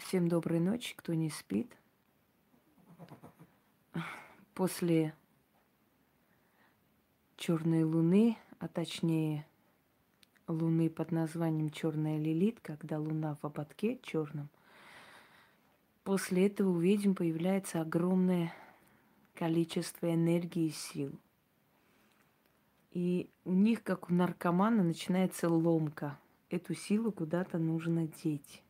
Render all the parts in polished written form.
Всем доброй ночи, кто не спит. После черной луны, а точнее луны под названием Черная Лилит, когда луна в ободке черном, после этого у ведьм появляется огромное количество энергии и сил. И у них, как у наркомана, начинается ломка. Эту силу куда-то нужно деть.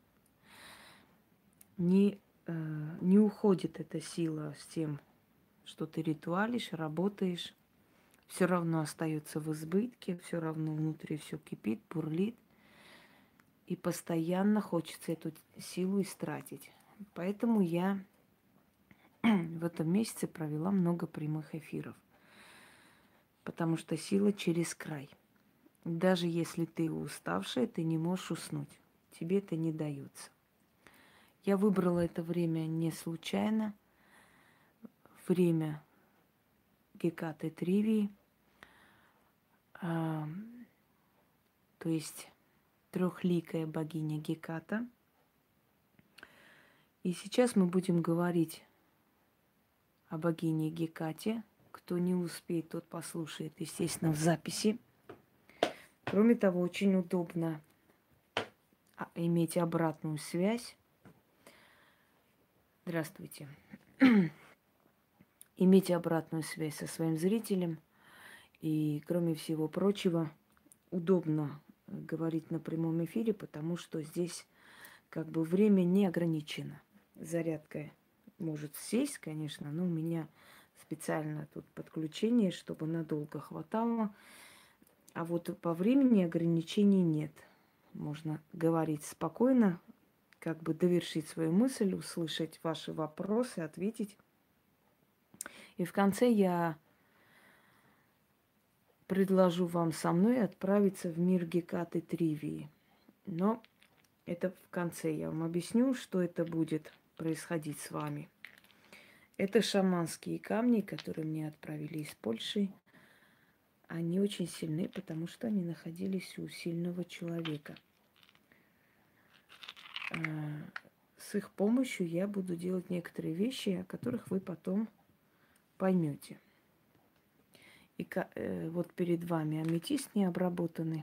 Не уходит эта сила с тем, что ты ритуалишь, работаешь. Все равно остается в избытке, все равно внутри все кипит, бурлит. И постоянно хочется эту силу истратить. Поэтому я в этом месяце провела много прямых эфиров. Потому что сила через край. Даже если ты уставшая, ты не можешь уснуть. Тебе это не дается. Я выбрала это время не случайно. Время Гекаты Тривии. То есть трехликая богиня Геката. И сейчас мы будем говорить о богине Гекате. Кто не успеет, тот послушает, естественно, в записи. Кроме того, очень удобно иметь обратную связь. Здравствуйте. Иметь обратную связь со своим зрителем. И, кроме всего прочего, удобно говорить на прямом эфире, потому что здесь как бы время не ограничено. Зарядка может сесть, конечно, но у меня специально тут подключение, чтобы надолго хватало. А вот по времени ограничений нет. Можно говорить спокойно, как бы довершить свою мысль, услышать ваши вопросы, ответить. И в конце я предложу вам со мной отправиться в мир Гекаты Тривии. Но это в конце я вам объясню, что это будет происходить с вами. Это шаманские камни, которые мне отправили из Польши. Они очень сильны, потому что они находились у сильного человека. С их помощью я буду делать некоторые вещи, о которых вы потом поймете. И вот перед вами аметист не обработанный.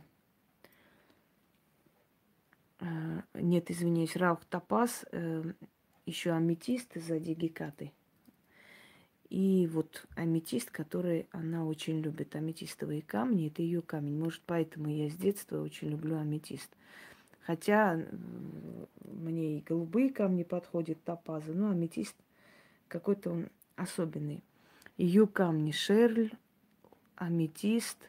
Нет, извиняюсь, раух топаз, еще аметист сзади Гекаты. И вот аметист, который она очень любит. Аметистовые камни, это ее камень. Может, поэтому я с детства очень люблю аметист. Хотя мне и голубые камни подходят, топазы, но аметист какой-то он особенный. Ее камни шерль, аметист,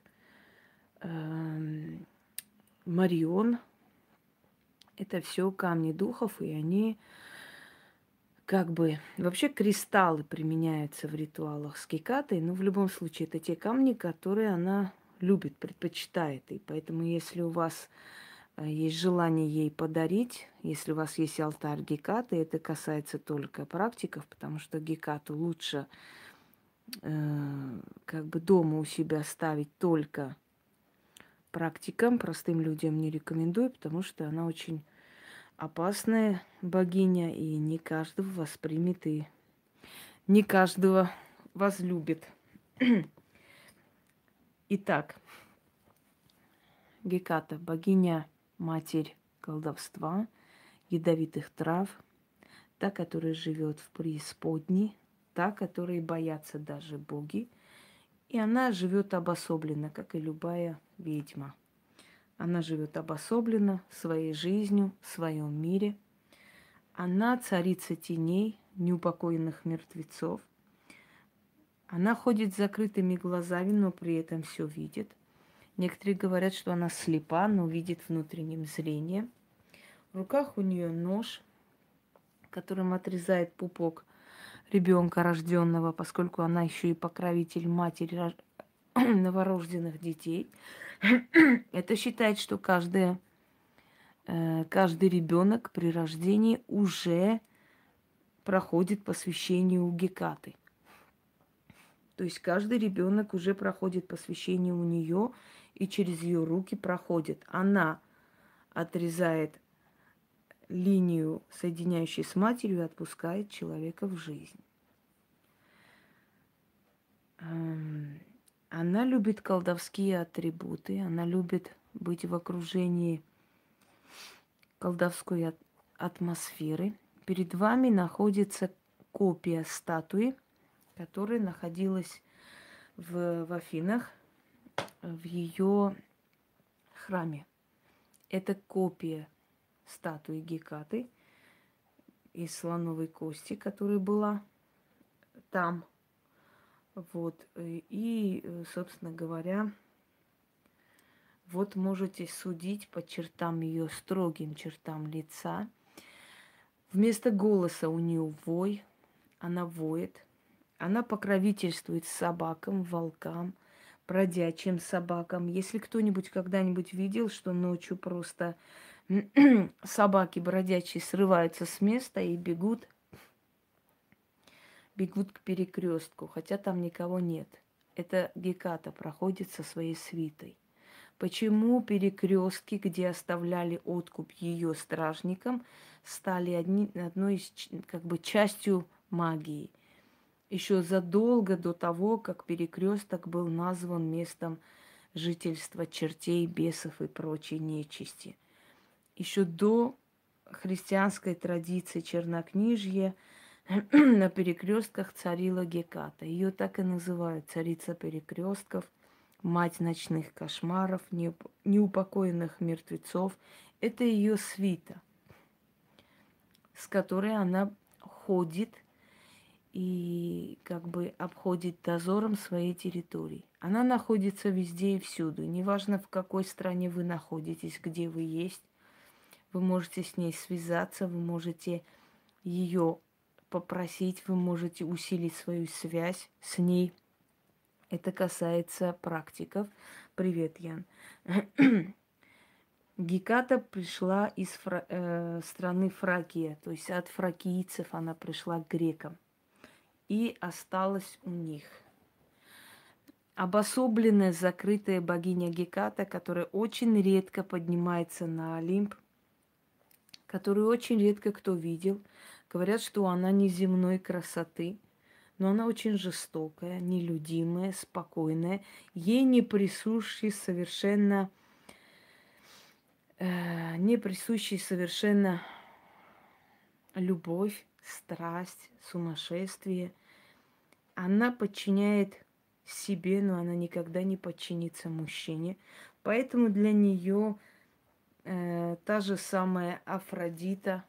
марион. Это все камни духов, и они как бы... Вообще кристаллы применяются в ритуалах с Гекатой, но в любом случае это те камни, которые она любит, предпочитает. И поэтому если у вас есть желание ей подарить, если у вас есть алтарь Гекаты, это касается только практиков, потому что Гекату лучше как бы дома у себя ставить только практикам, простым людям не рекомендую, потому что она очень опасная богиня, и не каждого воспримет, и не каждого возлюбит. Итак, Геката, богиня, матерь колдовства, ядовитых трав, та, которая живет в преисподней, та, которой боятся даже боги, и она живет обособленно, как и любая ведьма. Она живет обособленно своей жизнью, в своем мире. Она царица теней, неупокоенных мертвецов. Она ходит с закрытыми глазами, но при этом все видит. Некоторые говорят, что она слепа, но видит внутренним зрением. В руках у нее нож, которым отрезает пупок ребенка рожденного, поскольку она еще и покровитель матери новорожденных детей. Это считает, что каждый ребенок при рождении уже проходит посвящение у Гекаты. То есть каждый ребенок уже проходит посвящение у нее и через ее руки проходит. Она отрезает линию, соединяющую с матерью, отпускает человека в жизнь. Она любит колдовские атрибуты, она любит быть в окружении колдовской атмосферы. Перед вами находится копия статуи, которая находилась в Афинах, в ее храме. Это копия статуи Гекаты из слоновой кости, которая была там. Вот. И, собственно говоря, вот можете судить по чертам ее, строгим чертам лица. Вместо голоса у нее вой, она воет. Она покровительствует собакам, волкам, бродячим собакам. Если кто-нибудь когда-нибудь видел, что ночью просто собаки бродячие срываются с места и бегут к перекрестку, хотя там никого нет. Это Геката проходит со своей свитой. Почему перекрестки, где оставляли откуп ее стражникам, стали одной из, как бы, частью магии? Еще задолго до того, как перекресток был назван местом жительства чертей, бесов и прочей нечисти. Еще до христианской традиции чернокнижья на перекрестках царила Геката. Ее так и называют царица перекрестков, мать ночных кошмаров, неупокоенных мертвецов. Это ее свита, с которой она ходит и как бы обходит дозором своей территории. Она находится везде и всюду. Неважно, в какой стране вы находитесь, где вы есть. Вы можете с ней связаться, вы можете ее попросить, вы можете усилить свою связь с ней. Это касается практиков. Привет, Ян. Геката пришла из страны Фракия, то есть от фракийцев она пришла к грекам и осталась у них. Обособленная, закрытая богиня Геката, которая очень редко поднимается на Олимп, которую очень редко кто видел. Говорят, что она неземной красоты, но она очень жестокая, нелюдимая, спокойная. Ей не присущи совершенно, любовь, страсть, сумасшествие. Она подчиняет себе, но она никогда не подчинится мужчине. Поэтому для нее та же самая Афродита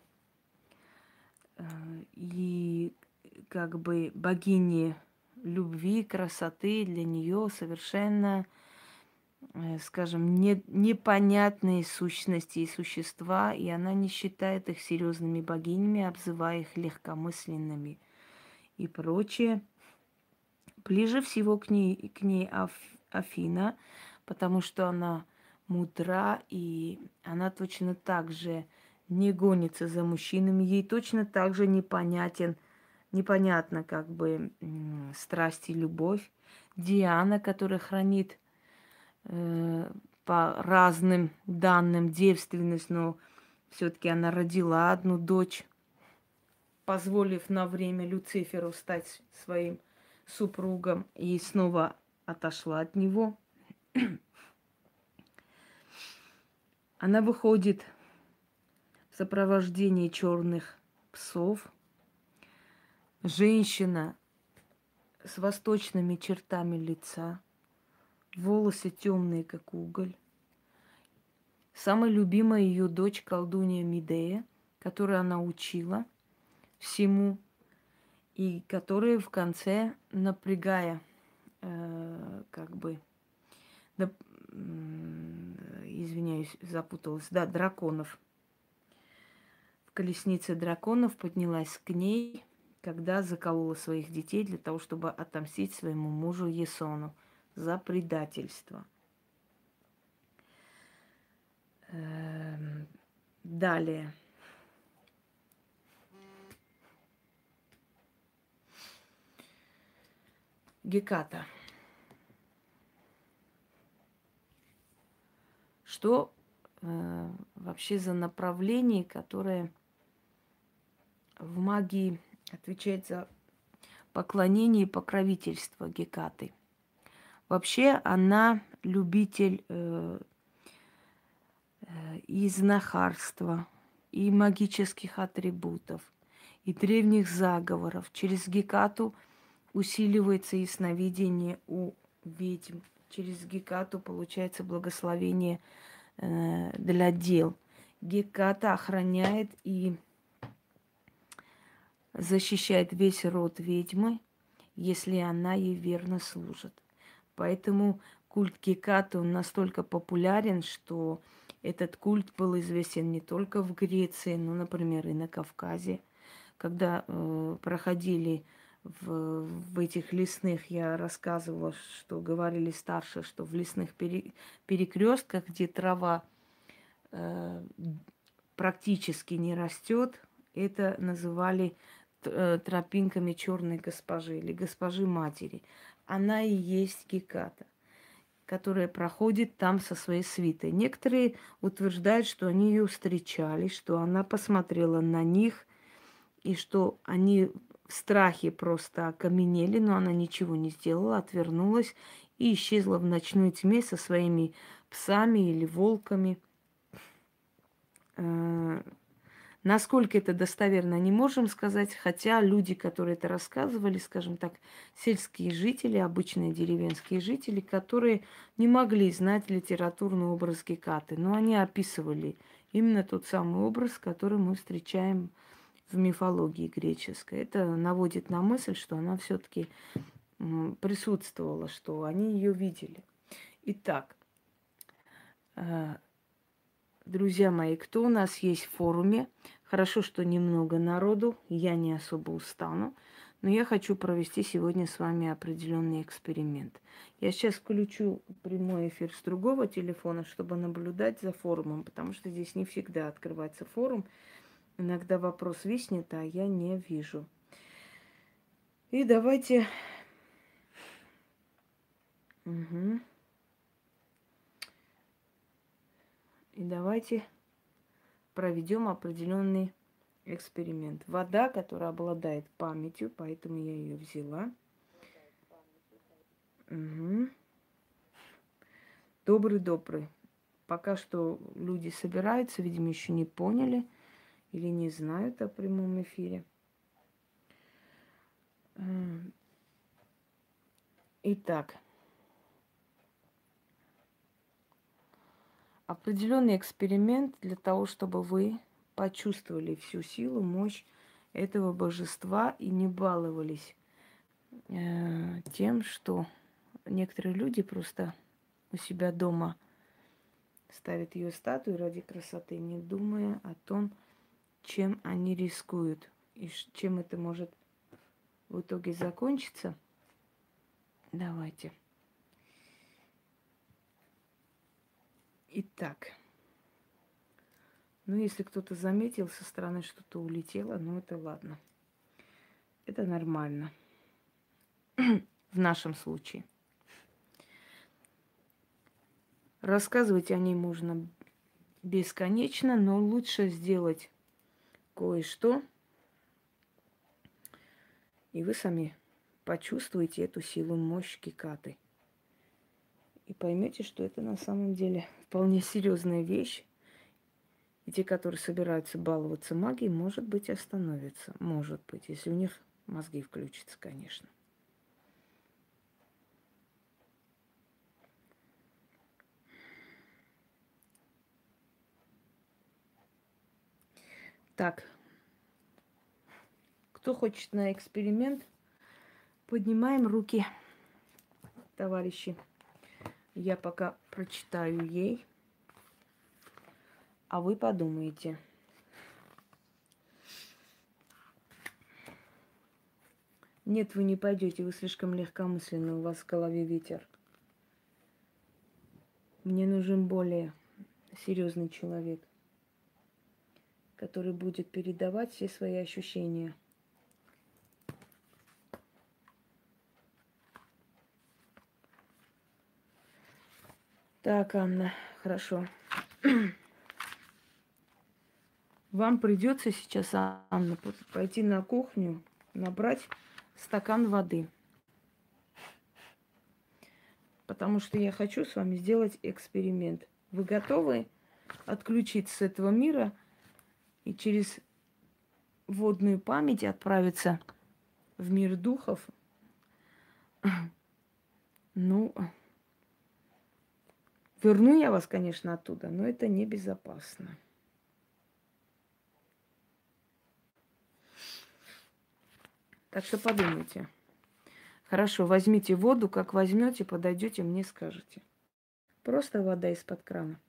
и как бы богини любви, красоты для нее совершенно, скажем, непонятные сущности и существа, и она не считает их серьезными богинями, обзывая их легкомысленными и прочее. Ближе всего к ней Афина, потому что она мудра, и она точно так же не гонится за мужчинами, ей точно так же непонятно как бы страсть и любовь. Диана, которая хранит по разным данным девственность, но все-таки она родила одну дочь, позволив на время Люциферу стать своим супругом, и снова отошла от него. Она выходит в сопровождении черных псов. Женщина с восточными чертами лица, волосы темные, как уголь. Самая любимая ее дочь колдунья Медея, которую она учила всему, и которая в конце, напрягая, извиняюсь, запуталась, да, драконов. В колеснице драконов поднялась к ней, когда заколола своих детей для того, чтобы отомстить своему мужу Есону за предательство. Далее. Геката. Что вообще за направление, которое в магии отвечает за поклонение и покровительство Гекаты. Вообще она любитель и знахарства, и магических атрибутов, и древних заговоров. Через Гекату усиливается ясновидение у ведьм. Через Гекату получается благословение для дел. Геката охраняет и защищает весь род ведьмы, если она ей верно служит. Поэтому культ Гекаты, он настолько популярен, что этот культ был известен не только в Греции, но, например, и на Кавказе. Когда проходили в этих лесных, я рассказывала, что говорили старше, что в лесных перекрестках, где трава практически не растет, это называли тропинками черной госпожи или госпожи матери. Она и есть Геката, которая проходит там со своей свитой. Некоторые утверждают, что они ее встречали, что она посмотрела на них, и что они в страхе просто окаменели, но она ничего не сделала, отвернулась и исчезла в ночной тьме со своими псами или волками. Насколько это достоверно, не можем сказать, хотя люди, которые это рассказывали, скажем так, сельские жители, обычные деревенские жители, которые не могли знать литературный образ Гекаты, но они описывали именно тот самый образ, который мы встречаем в мифологии греческой. Это наводит на мысль, что она все-таки присутствовала, что они ее видели. Итак, друзья мои, кто у нас есть в форуме? Хорошо, что немного народу, я не особо устану, но я хочу провести сегодня с вами определенный эксперимент. Я сейчас включу прямой эфир с другого телефона, чтобы наблюдать за форумом, потому что здесь не всегда открывается форум. Иногда вопрос виснет, а я не вижу. И давайте... Угу. И давайте проведем определенный эксперимент. Вода, которая обладает памятью, поэтому я ее взяла. Угу. Добрый-добрый. Пока что люди собираются, видимо, еще не поняли или не знают о прямом эфире. Итак, определенный эксперимент для того, чтобы вы почувствовали всю силу, мощь этого божества и не баловались тем, что некоторые люди просто у себя дома ставят ее статую ради красоты, не думая о том, чем они рискуют и чем это может в итоге закончиться. Давайте. Итак. Ну, если кто-то заметил, со стороны что-то улетело, ну, это ладно. Это нормально. В нашем случае. Рассказывать о ней можно бесконечно, но лучше сделать кое-что, и вы сами почувствуете эту силу, мощь Гекаты. И поймете, что это на самом деле вполне серьезная вещь. И те, которые собираются баловаться магией, может быть, остановятся. Может быть, если у них мозги включатся, конечно. Так, кто хочет на эксперимент, поднимаем руки, товарищи. Я пока прочитаю ей, а вы подумаете. Нет, вы не пойдете, вы слишком легкомысленны, у вас в голове ветер. Мне нужен более серьезный человек, который будет передавать все свои ощущения. Так, Анна, хорошо. Вам придется сейчас, Анна, пойти на кухню, набрать стакан воды. Потому что я хочу с вами сделать эксперимент. Вы готовы отключиться с этого мира и через водную память отправиться в мир духов? Ну, верну я вас, конечно, оттуда, но это небезопасно. Так что подумайте. Хорошо, возьмите воду, как возьмете, подойдете, мне скажете. Просто вода из-под крана.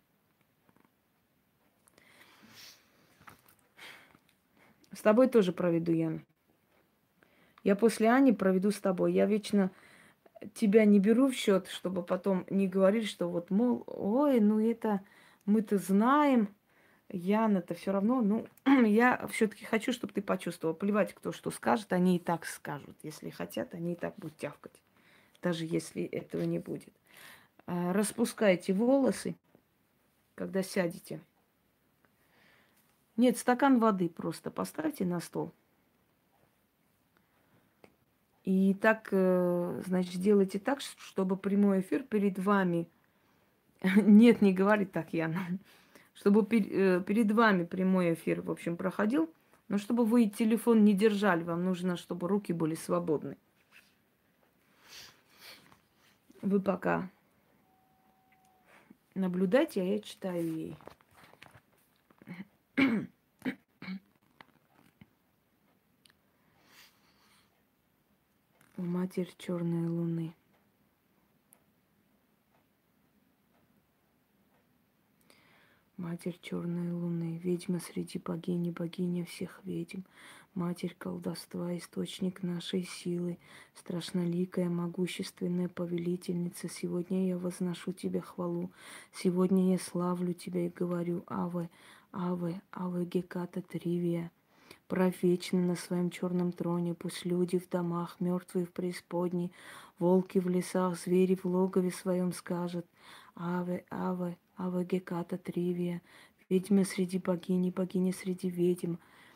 С тобой тоже проведу, Ян. Я после Ани проведу с тобой. Я вечно тебя не беру в счет, чтобы потом не говорить, что вот, мол, ой, ну это мы-то знаем, Ян, это все равно. Ну, я все-таки хочу, чтобы ты почувствовал. Плевать, кто что скажет, они и так скажут. Если хотят, они и так будут тявкать. Даже если этого не будет. Распускайте волосы, когда сядете. Нет, стакан воды просто поставьте на стол. И так, значит, сделайте так, чтобы прямой эфир перед вами... Нет, не говори так, Яна. Чтобы перед вами прямой эфир, в общем, проходил. Но чтобы вы телефон не держали, вам нужно, чтобы руки были свободны. Вы пока наблюдайте, а я читаю ей. Матерь черной луны. Матерь черной луны, ведьма среди богини, богиня всех ведьм, Матерь колдовства, источник нашей силы, страшноликая, могущественная повелительница, сегодня я возношу тебе хвалу, сегодня я славлю тебя и говорю Аве, Аве, Аве Геката Тривия. Правь вечно на своем черном троне, пусть люди в домах, мертвые в преисподней, волки в лесах, звери в логове своем скажут Аве, Аве, Аве Геката Тривия, ведьма среди богини, богиня среди ведьм.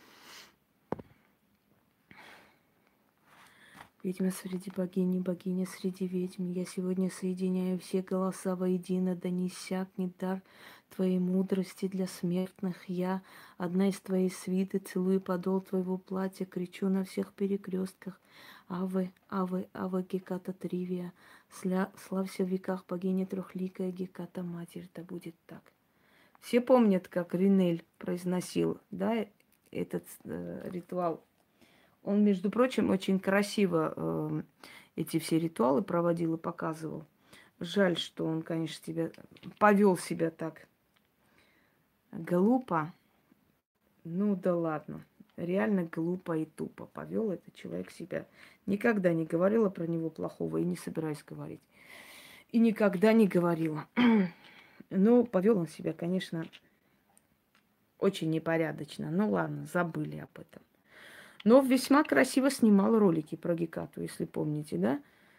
Ведьма среди богини, богиня среди ведьм. Я сегодня соединяю все голоса воедино, да не иссякнет дар твоей мудрости для смертных. Я, одна из твоей свиты, целую подол твоего платья, кричу на всех перекрестках. Аве, Аве, Аве Геката Тривия. Славься в веках богиня трехликая Геката Матерь. Да будет так. Все помнят, как Ринель произносил, да, этот ритуал. Он, между прочим, очень красиво эти все ритуалы проводил и показывал. Жаль, что он, конечно, повел себя так глупо. Ну да ладно. Реально глупо и тупо повел этот человек себя. Никогда не говорила про него плохого и не собираюсь говорить. И никогда не говорила. Но повел он себя, конечно, очень непорядочно. Ну ладно, забыли об этом. Но весьма красиво снимал ролики про Гекату, если помните, да?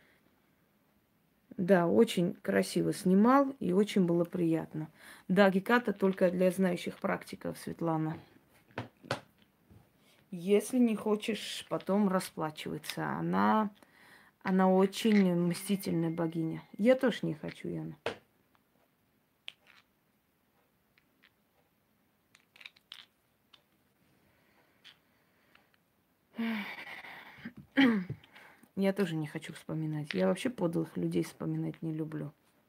Да, очень красиво снимал и очень было приятно. Да, Геката только для знающих практиков, Светлана. Если не хочешь потом расплачиваться, она очень мстительная богиня. Я тоже не хочу, Яна. Я тоже не хочу вспоминать. Я вообще подлых людей вспоминать не люблю.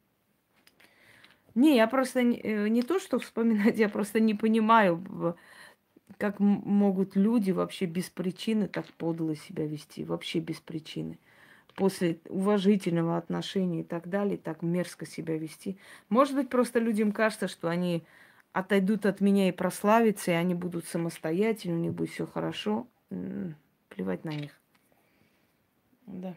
Не, я просто не то, что вспоминать, я просто не понимаю, как могут люди вообще без причины так подло себя вести. Вообще без причины. После уважительного отношения и так далее, так мерзко себя вести. Может быть, просто людям кажется, что они отойдут от меня и прославятся, и они будут самостоятельны, у них будет все хорошо. Плевать на них. Да.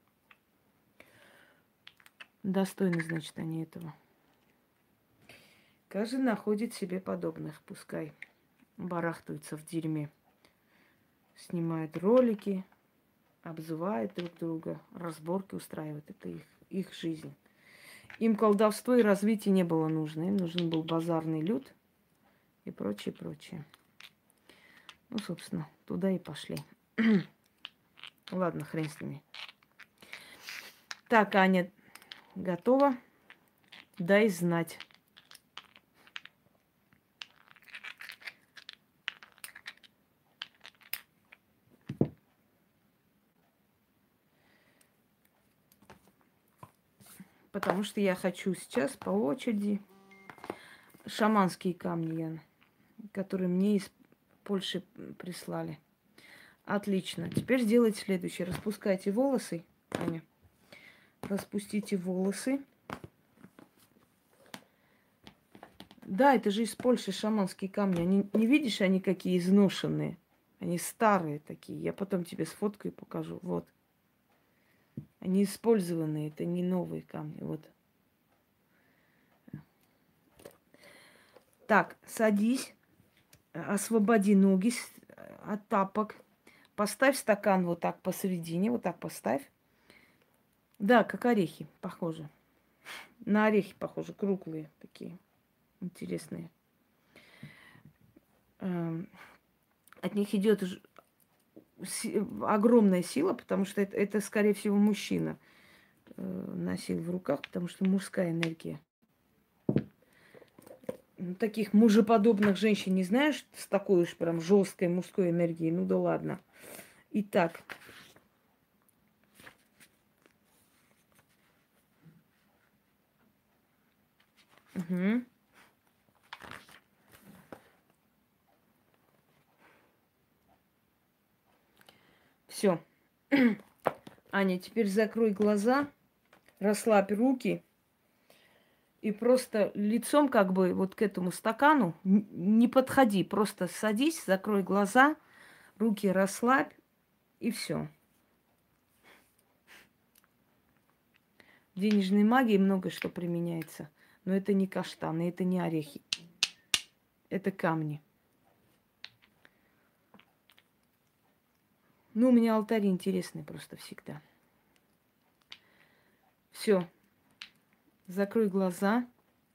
Достойны, значит, они этого. Каждый находит себе подобных, пускай барахтаются в дерьме. Снимают ролики, обзывают друг друга, разборки устраивают. Это их жизнь. Им колдовство и развитие не было нужно. Им нужен был базарный люд и прочее, прочее. Ну, собственно, туда и пошли. Ладно, хрен с ними. Так, Аня, готова? Дай знать. Потому что я хочу сейчас по очереди шаманские камни, Яна, которые мне из Польши прислали. Отлично. Теперь сделайте следующее. Распускайте волосы, Аня. Распустите волосы. Да, это же из Польши шаманские камни. Они, не видишь, они какие изношенные. Они старые такие. Я потом тебе сфоткаю и покажу. Вот. Они использованные, это не новые камни. Вот. Так, садись, освободи ноги от тапок. Поставь стакан вот так посередине, вот так поставь. Да, как орехи, похоже. На орехи похожи, круглые такие, интересные. От них идет огромная сила, потому что это, скорее всего, мужчина носил в руках, потому что мужская энергия. Таких мужеподобных женщин не знаешь, с такой уж прям жесткой мужской энергией. Ну да ладно. Итак. Угу. Все. Аня, теперь закрой глаза, расслабь руки и просто лицом как бы вот к этому стакану не подходи. Просто садись, закрой глаза, руки расслабь и все. В денежной магии много что применяется. Но это не каштаны, это не орехи. Это камни. Ну, у меня алтарь интересный просто всегда. Все. Закрой глаза.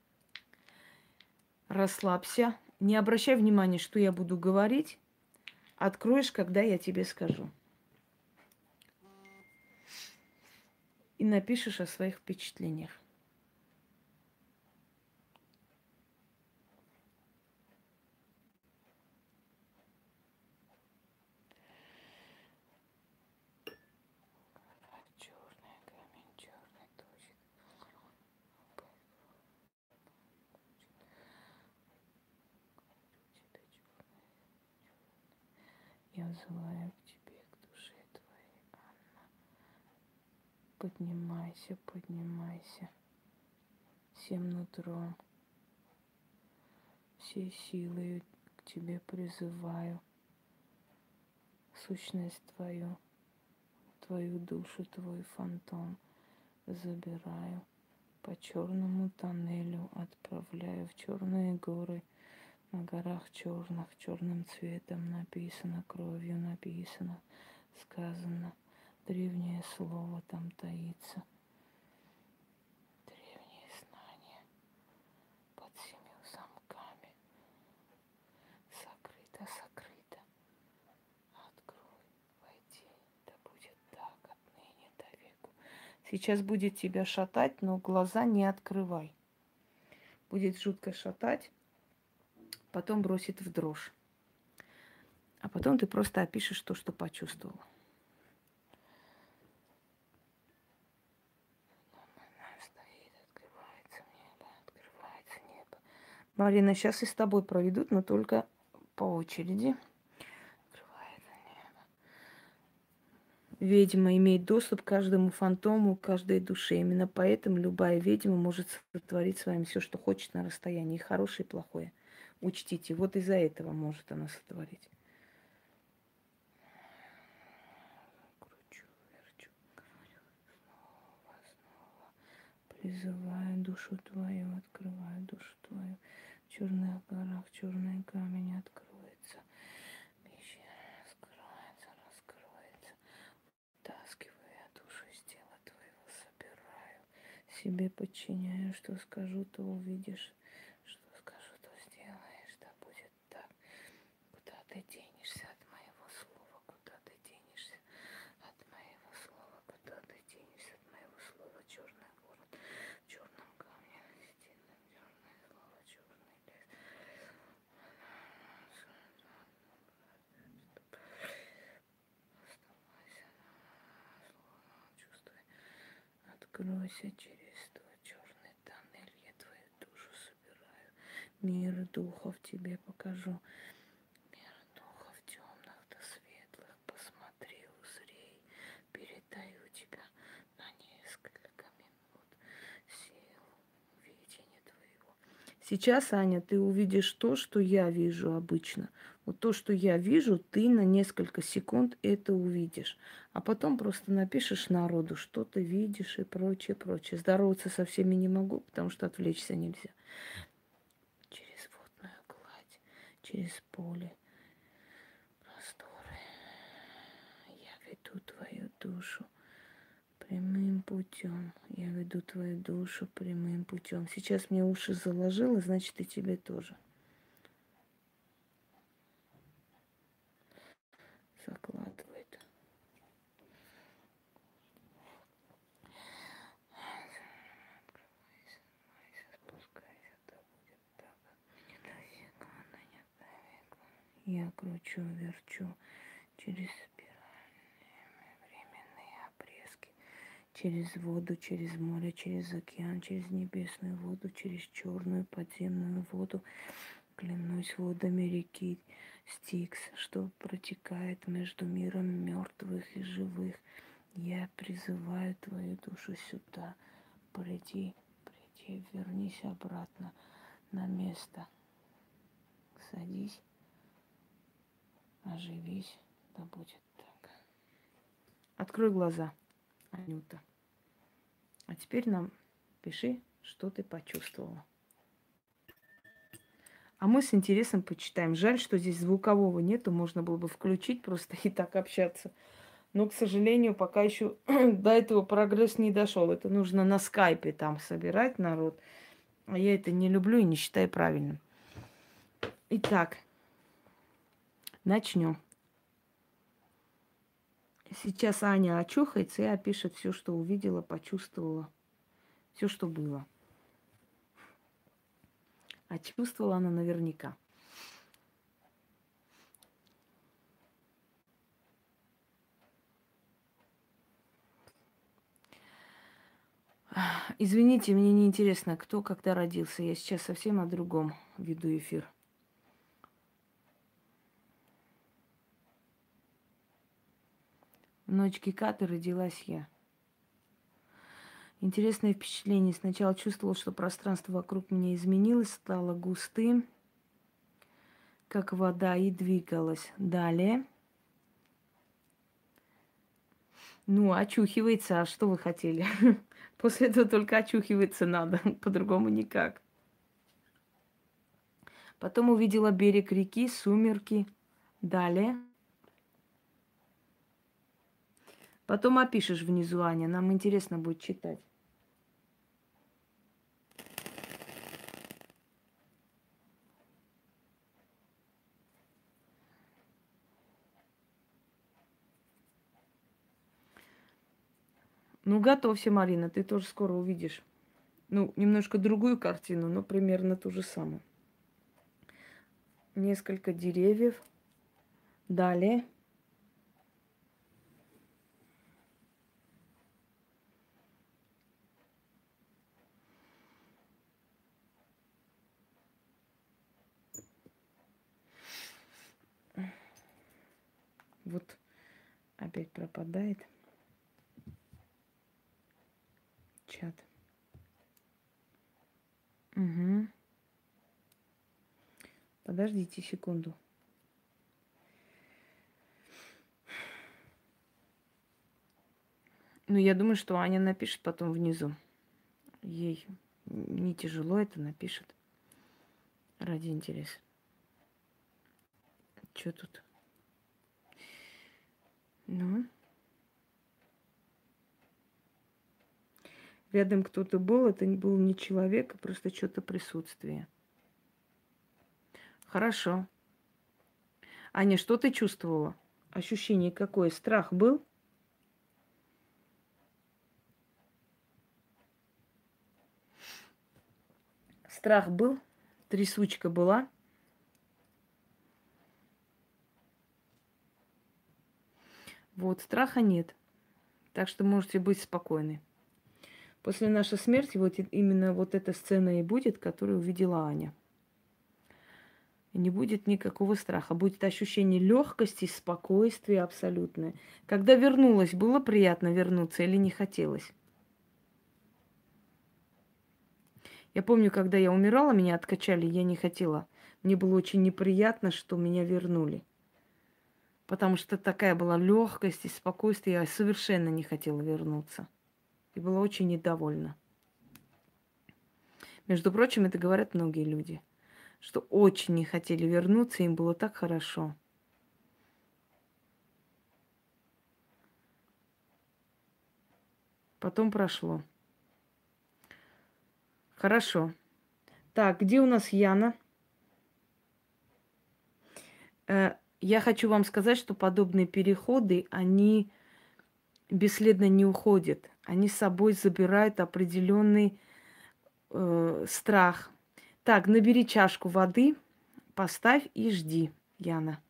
Расслабься. Не обращай внимания, что я буду говорить. Откроешь, когда я тебе скажу. И напишешь о своих впечатлениях. Черный камень, черный точит. Я взываю к тебе, к душе твоей, Анна. Поднимайся, поднимайся. Всем нутром, всей силой к тебе призываю. Сущность твою, твою душу, твой фантом забираю. По черному тоннелю отправляю в черные горы. На горах черных, черным цветом написано, кровью написано, сказано. Древнее слово там таится. Древние знания под 7 замками. Сокрыто, сокрыто. Открой, войди, да будет так отныне до веку. Сейчас будет тебя шатать, но глаза не открывай. Будет жутко шатать, потом бросит в дрожь. А потом ты просто опишешь то, что почувствовал. Стоит, открывается небо. Марина, сейчас и с тобой проведут, но только по очереди. Открывается небо. Ведьма имеет доступ к каждому фантому, к каждой душе. Именно поэтому любая ведьма может сотворить с вами все, что хочет на расстоянии, и хорошее, и плохое. Учтите, вот из-за этого может она сотворить. Кручу, верчу, говорю, снова. Призываю душу твою, открываю душу твою. В черных горах черный камень откроется. Пещера раскроется. Втаскиваю я душу из тела твоего, собираю. Себе подчиняю, что скажу, то увидишь. Что скажу, то сделаешь. Да будет так. Куда ты денешься Откройся через твой черный тоннель, я твою душу собираю. Мир духов тебе покажу. Мир духов темных до светлых. Посмотри, узрей. Передаю тебя на несколько минут силу видения твоего. Сейчас, Аня, ты увидишь то, что я вижу обычно. Вот то, что я вижу, ты на несколько секунд это увидишь. А потом просто напишешь народу, что ты видишь и прочее, прочее. Здороваться со всеми не могу, потому что отвлечься нельзя. Через водную гладь, через поле, просторы. Я веду твою душу прямым путем. Я веду твою душу прямым путем. Сейчас мне уши заложило, значит и тебе тоже. Закладывает. Спускайся, да будет так. Не до века, да не до века. Я кручу, верчу через спиральные временные обрезки. Через воду, через море, через океан, через небесную воду, через черную подземную воду. Клянусь водами реки Стикс, что протекает между миром мертвых и живых. Я призываю твою душу сюда. Приди, приди, вернись обратно на место. Садись, оживись, да будет так. Открой глаза, Анюта. А теперь нам пиши, что ты почувствовала. А мы с интересом почитаем. Жаль, что здесь звукового нету, можно было бы включить просто и так общаться. Но, к сожалению, пока еще до этого прогресс не дошел. Это нужно на скайпе там собирать народ. А я это не люблю и не считаю правильным. Итак, начнем. Сейчас Аня очухается и опишет все, что увидела, почувствовала. Все, что было. А чувствовала она наверняка. Извините, мне не интересно, кто когда родился. Я сейчас совсем о другом веду эфир. В ночь Кикаты родилась я. Интересное впечатление. Сначала чувствовала, что пространство вокруг меня изменилось, стало густым, как вода, и двигалось. Далее. Ну, очухивается. А что вы хотели? После этого только очухиваться надо. По-другому никак. Потом увидела берег реки, сумерки. Далее. Потом опишешь внизу, Аня. Нам интересно будет читать. Ну, готовься, Марина, ты тоже скоро увидишь. Ну, немножко другую картину, но примерно ту же самую. Несколько деревьев. Далее. Вот опять пропадает чат. Угу. Подождите секунду. Ну, я думаю, что Аня напишет потом внизу. Ей не тяжело это напишет. Ради интереса. Что тут? Ну. Рядом кто-то был, это не был не человек, а просто что-то присутствие. Хорошо. Аня, что ты чувствовала? Ощущение какое? Страх был? Страх был? Трясучка была? Вот, страха нет. Так что можете быть спокойны. После нашей смерти вот именно вот эта сцена и будет, которую увидела Аня. И не будет никакого страха. Будет ощущение легкости, спокойствия абсолютное. Когда вернулась, было приятно вернуться или не хотелось? Я помню, когда я умирала, меня откачали, я не хотела. Мне было очень неприятно, что меня вернули. Потому что такая была легкость и спокойствие, я совершенно не хотела вернуться. И была очень недовольна. Между прочим, это говорят многие люди, что очень не хотели вернуться, им было так хорошо. Потом прошло. Хорошо. Так, где у нас Яна? Я хочу вам сказать, что подобные переходы, они бесследно не уходят. Они с собой забирают определенный страх. Так, набери чашку воды, поставь и жди, Яна.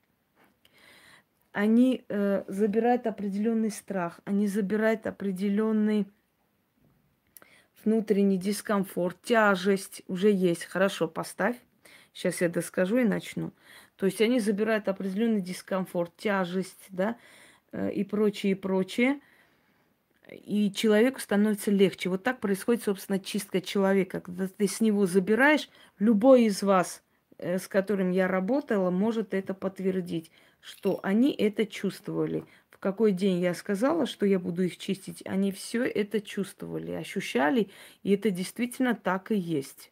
Они забирают определенный страх, они забирают определенный внутренний дискомфорт, тяжесть уже есть. Хорошо, поставь. Сейчас я доскажу и начну. То есть они забирают определенный дискомфорт, тяжесть, да, и прочее, и прочее. И человеку становится легче. Вот так происходит, собственно, чистка человека. Когда ты с него забираешь, любой из вас, с которым я работала, может это подтвердить, что они это чувствовали. В какой день я сказала, что я буду их чистить, они все это чувствовали, ощущали, и это действительно так и есть.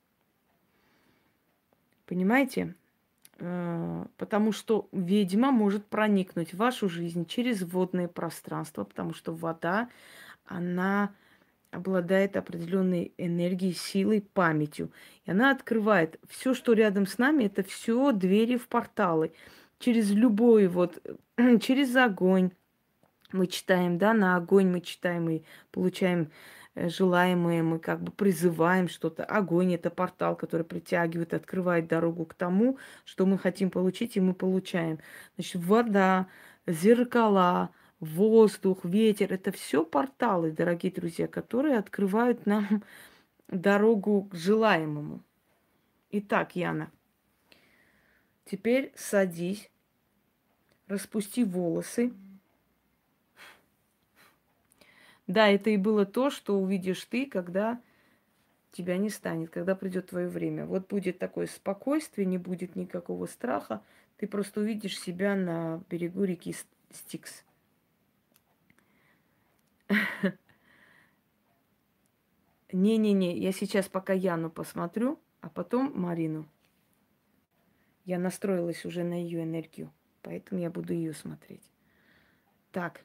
Понимаете? Потому что ведьма может проникнуть в вашу жизнь через водное пространство, потому что вода, она обладает определенной энергией, силой, памятью. И она открывает все, что рядом с нами, это все двери в порталы. Через любой вот, через огонь мы читаем, да, на огонь мы читаем и получаем желаемое, мы как бы призываем что-то. Огонь – это портал, который притягивает, открывает дорогу к тому, что мы хотим получить, и мы получаем. Значит, вода, зеркала, воздух, ветер – это все порталы, дорогие друзья, которые открывают нам дорогу к желаемому. Итак, Яна, теперь садись, распусти волосы. Да, это и было то, что увидишь ты, когда тебя не станет, когда придет твое время. Вот будет такое спокойствие, не будет никакого страха. Ты просто увидишь себя на берегу реки Стикс. Не-не-не, я сейчас пока Яну посмотрю, а потом Марину. Я настроилась уже на ее энергию, поэтому я буду ее смотреть. Так.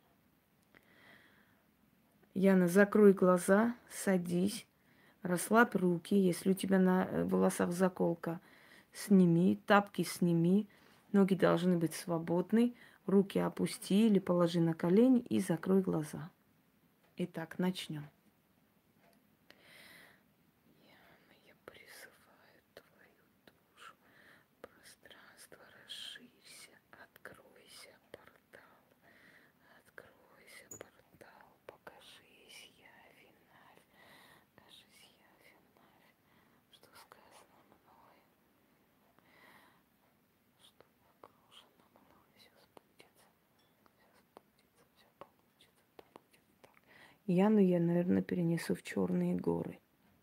Яна, закрой глаза, садись, расслабь руки. Если у тебя на волосах заколка, сними, тапки сними. Ноги должны быть свободны. Руки опусти или положи на колени и закрой глаза. Итак, начнем. Я призываю твою душу. Пространство расширься, откройся, портал. Откройся, портал, покажись, явь и навь. Кажись, явь и навь, что сказано мной, что запрошено мной, все сбудется, все получится, да будет так. Яну я, наверное, перенесу в черные горы.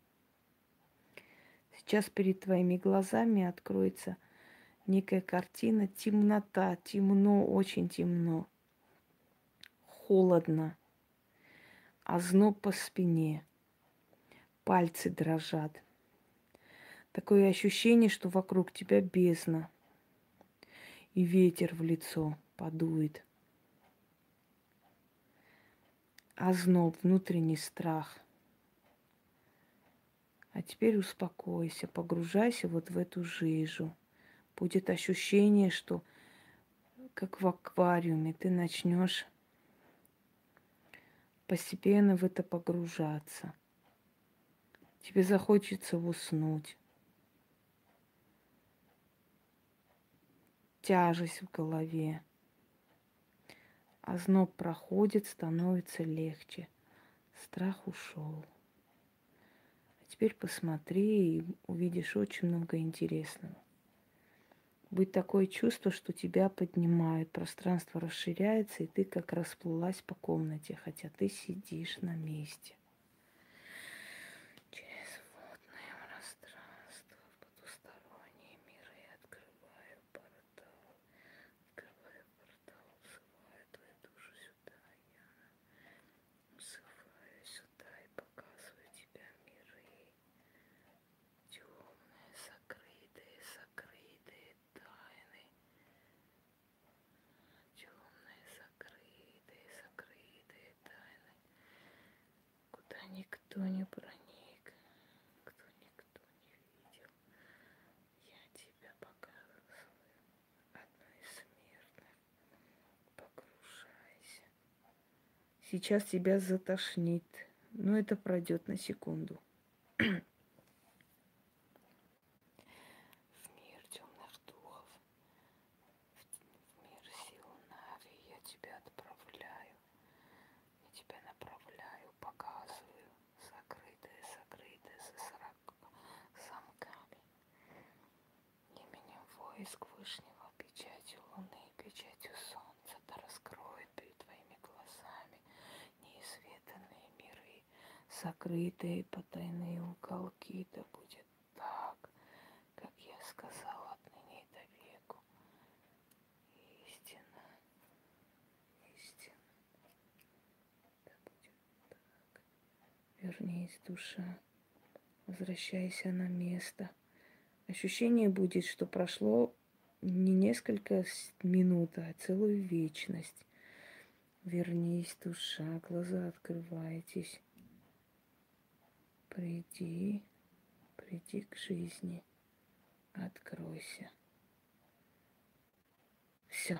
Сейчас перед твоими глазами откроется некая картина, темнота, темно, очень темно, холодно, озноб по спине, пальцы дрожат. Такое ощущение, что вокруг тебя бездна, и ветер в лицо подует. Озноб, внутренний страх. А теперь успокойся, погружайся вот в эту жижу. Будет ощущение, что как в аквариуме ты начнешь постепенно в это погружаться. Тебе захочется уснуть. Тяжесть в голове. Озноб проходит, становится легче. Страх ушел. теперь посмотри и увидишь очень много интересного. Будет такое чувство, что тебя поднимают, пространство расширяется, и ты как расплылась по комнате, хотя ты сидишь на месте. Через водное пространство в потусторонние миры открываю портал. Открываю портал, вызываю твою душу сюда, Яна. Вызываю сюда и показываю тебе миры. Темные, сокрытые тайны. Темные, сокрытые тайны. Куда никто не проник, кто никто не видел. Я тебя показываю, одно из смертных. Погружайся. Сейчас тебя затошнит, но это пройдет на секунду. В мир темных духов, в мир сил Нави я тебя отправляю. Я тебя направляю, показываю, сокрытые за 40 замками. Именем войск Вышнего, печатью луны, печатью солнца, да раскроет перед твоими глазами неизведанные миры, сокрытые потайные уголки, да будет так, как я сказала отныне и до веку. Истина, истина, да будет так. Вернись, душа, возвращайся на место. Ощущение будет, что прошло не несколько минут, а целую вечность. Вернись, душа, глаза открывайтесь. Приди к жизни. Откройся. Все.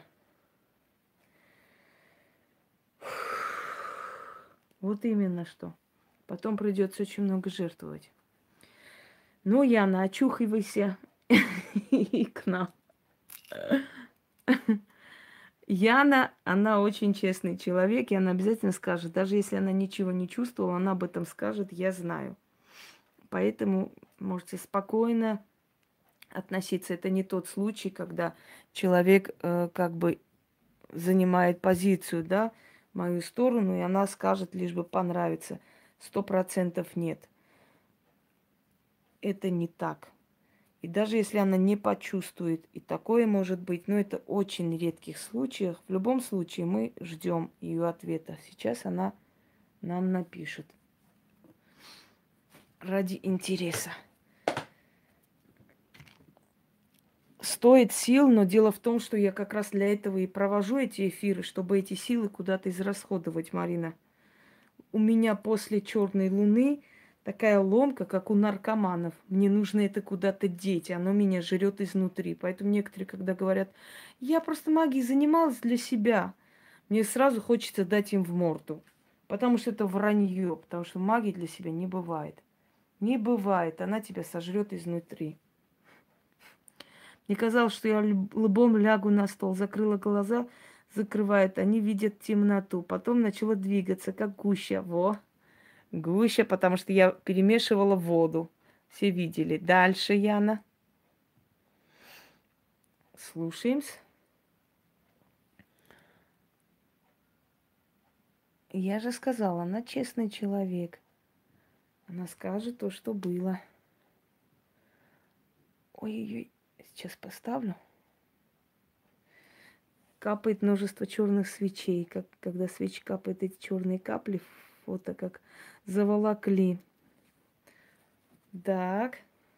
Вот именно что. Потом придется очень много жертвовать. Ну, Яна, очухивайся и к нам. Яна, она очень честный человек, и она обязательно скажет. Даже если она ничего не чувствовала, она об этом скажет, я знаю. Поэтому можете спокойно относиться. Это не тот случай, когда человек как бы занимает позицию, да, в мою сторону, и она скажет, лишь бы понравится. 100% нет. Это не так. И даже если она не почувствует, и такое может быть, но это очень редких случаях. В любом случае мы ждем ее ответа. Сейчас она нам напишет. Ради интереса. Стоит сил, но дело в том, что я как раз для этого и провожу эти эфиры, чтобы эти силы куда-то израсходовать, Марина. У меня после черной луны такая ломка, как у наркоманов. Мне нужно это куда-то деть, оно меня жрет изнутри. Поэтому некоторые, когда говорят, я просто магией занималась для себя, мне сразу хочется дать им в морду. Потому что это вранье, потому что магии для себя не бывает. Не бывает, она тебя сожрет изнутри. Мне казалось, что я лбом лягу на стол, закрыла глаза, закрывает, они видят темноту. Потом начала двигаться, как гуща. Во, гуща, потому что я перемешивала воду. Все видели. Дальше, Яна. Слушаемся. Я же сказала, она честный человек. Она скажет то, что было. Ой-ой-ой, сейчас поставлю. Капает множество черных свечей. Как, когда свечи капает, эти черные капли, фото как заволокли. Так.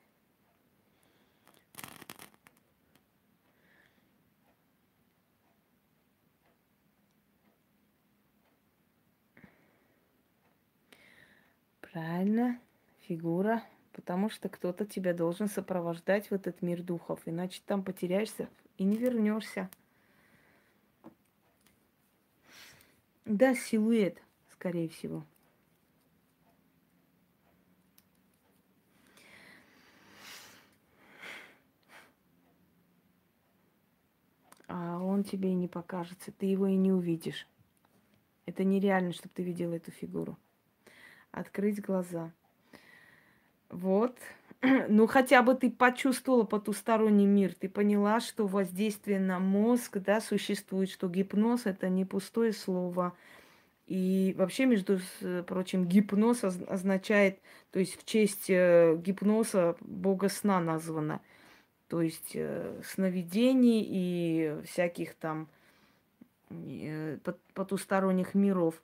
Правильно, фигура. Потому что кто-то тебя должен сопровождать в этот мир духов. Иначе там потеряешься и не вернешься. Да, силуэт, скорее всего. А он тебе и не покажется. Ты его и не увидишь. Это нереально, чтобы ты видела эту фигуру. Открыть глаза. Вот. Ну, хотя бы ты почувствовала потусторонний мир, ты поняла, что воздействие на мозг, да, существует, что гипноз – это не пустое слово. И вообще, прочим, гипноз означает, то есть в честь гипноза бога сна названо. То есть сновидений и всяких там потусторонних миров.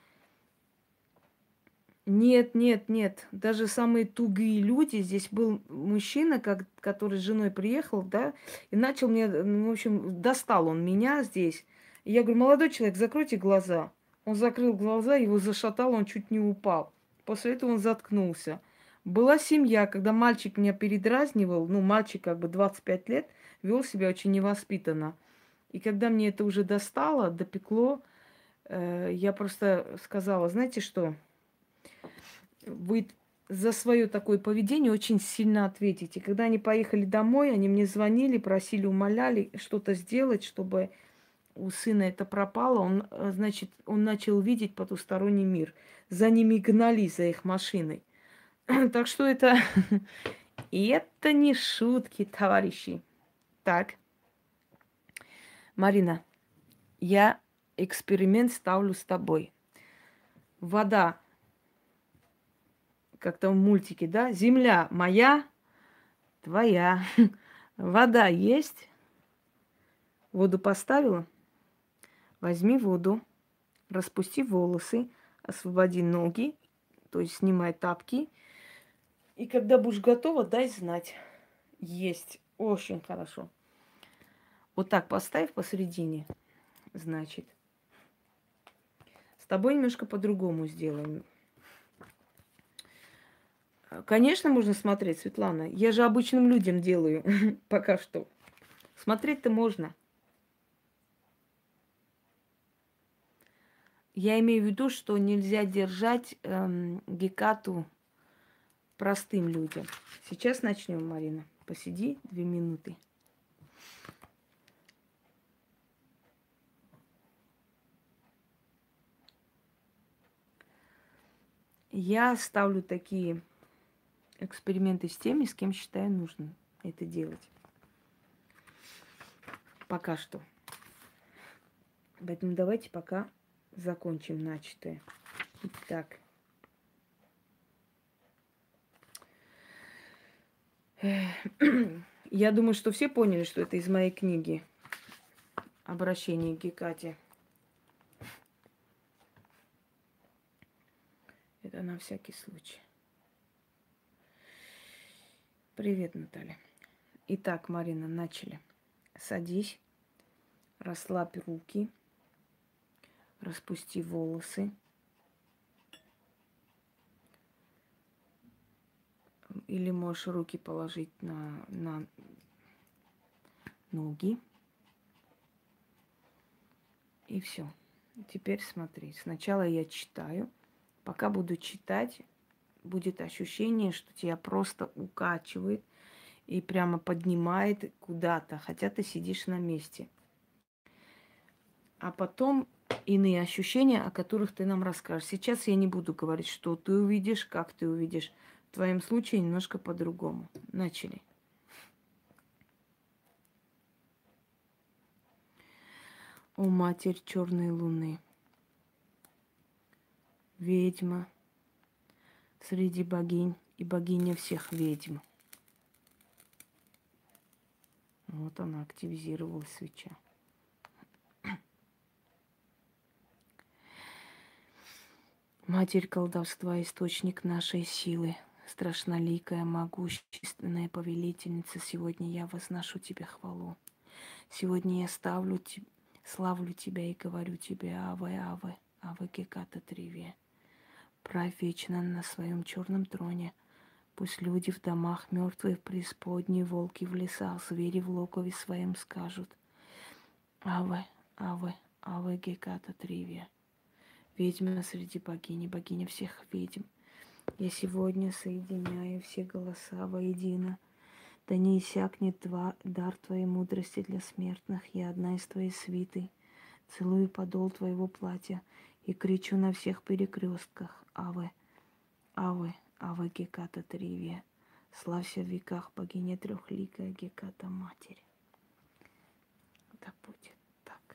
Нет, нет, нет. Даже самые тугие люди. Здесь был мужчина, который с женой приехал, да, и начал мне, ну, в общем, достал он меня здесь. И я говорю, молодой человек, закройте глаза. Он закрыл глаза, его зашатал, он чуть не упал. После этого он заткнулся. Была семья, когда мальчик меня передразнивал, ну, мальчик как бы 25 лет, вел себя очень невоспитанно. И когда мне это уже достало, допекло, я просто сказала, знаете что, вы за свое такое поведение очень сильно ответите. Когда они поехали домой, они мне звонили, просили, умоляли что-то сделать, чтобы у сына это пропало. Он, значит, он начал видеть потусторонний мир. За ними гнались, за их машиной. Так что это... И это не шутки, товарищи. Так, Марина, я эксперимент ставлю с тобой. Вода, как там в мультике, да? Земля моя, твоя. Вода есть. Воду поставила. Возьми воду, распусти волосы, освободи ноги, то есть снимай тапки. И когда будешь готова, дай знать. Есть. Очень хорошо. Вот так поставь посередине, значит. С тобой немножко по-другому сделаем. Конечно, можно смотреть, Светлана. Я же обычным людям делаю пока что. Смотреть-то можно. Я имею в виду, что нельзя держать Гекату простым людям. Сейчас начнем, Марина. Посиди 2 минуты. Я ставлю такие эксперименты с теми, с кем считаю нужным это делать. Пока что. Поэтому давайте пока закончим начатое. Итак. Я думаю, что все поняли, что это из моей книги «Обращение к Гекате». Это на всякий случай. Привет, Наталья. Итак, Марина, начали. Садись, расслабь руки, распусти волосы. Или можешь руки положить на ноги. И все. Теперь смотри. Сначала я читаю. Пока буду читать, будет ощущение, что тебя просто укачивает и прямо поднимает куда-то, хотя ты сидишь на месте. А потом иные ощущения, о которых ты нам расскажешь. Сейчас я не буду говорить, что ты увидишь, как ты увидишь. В твоем случае немножко по-другому. Начали. О, Матерь Черной Луны, ведьма среди богинь и богиня всех ведьм. Вот она активизировалась, свеча. Матерь колдовства, источник нашей силы, страшноликая, могущественная повелительница, сегодня я возношу тебе хвалу. Сегодня я славлю тебя и говорю тебе Аве, Аве, Аве Геката Тривия. Правь вечно на своем черном троне. Пусть люди в домах, мертвые в преисподней, волки в лесах, звери в логове своем скажут: Аве, Аве, Аве Геката Тривия. Ведьма среди богини, богиня всех ведьм. Я сегодня соединяю все голоса воедино. Да не иссякнет дар твоей мудрости для смертных. Я одна из твоей свиты. Целую подол твоего платья и кричу на всех перекрестках: Аве, Аве, Ава Геката Тривия. Славься в веках, богиня трехликая Геката Матерь. Да будет так.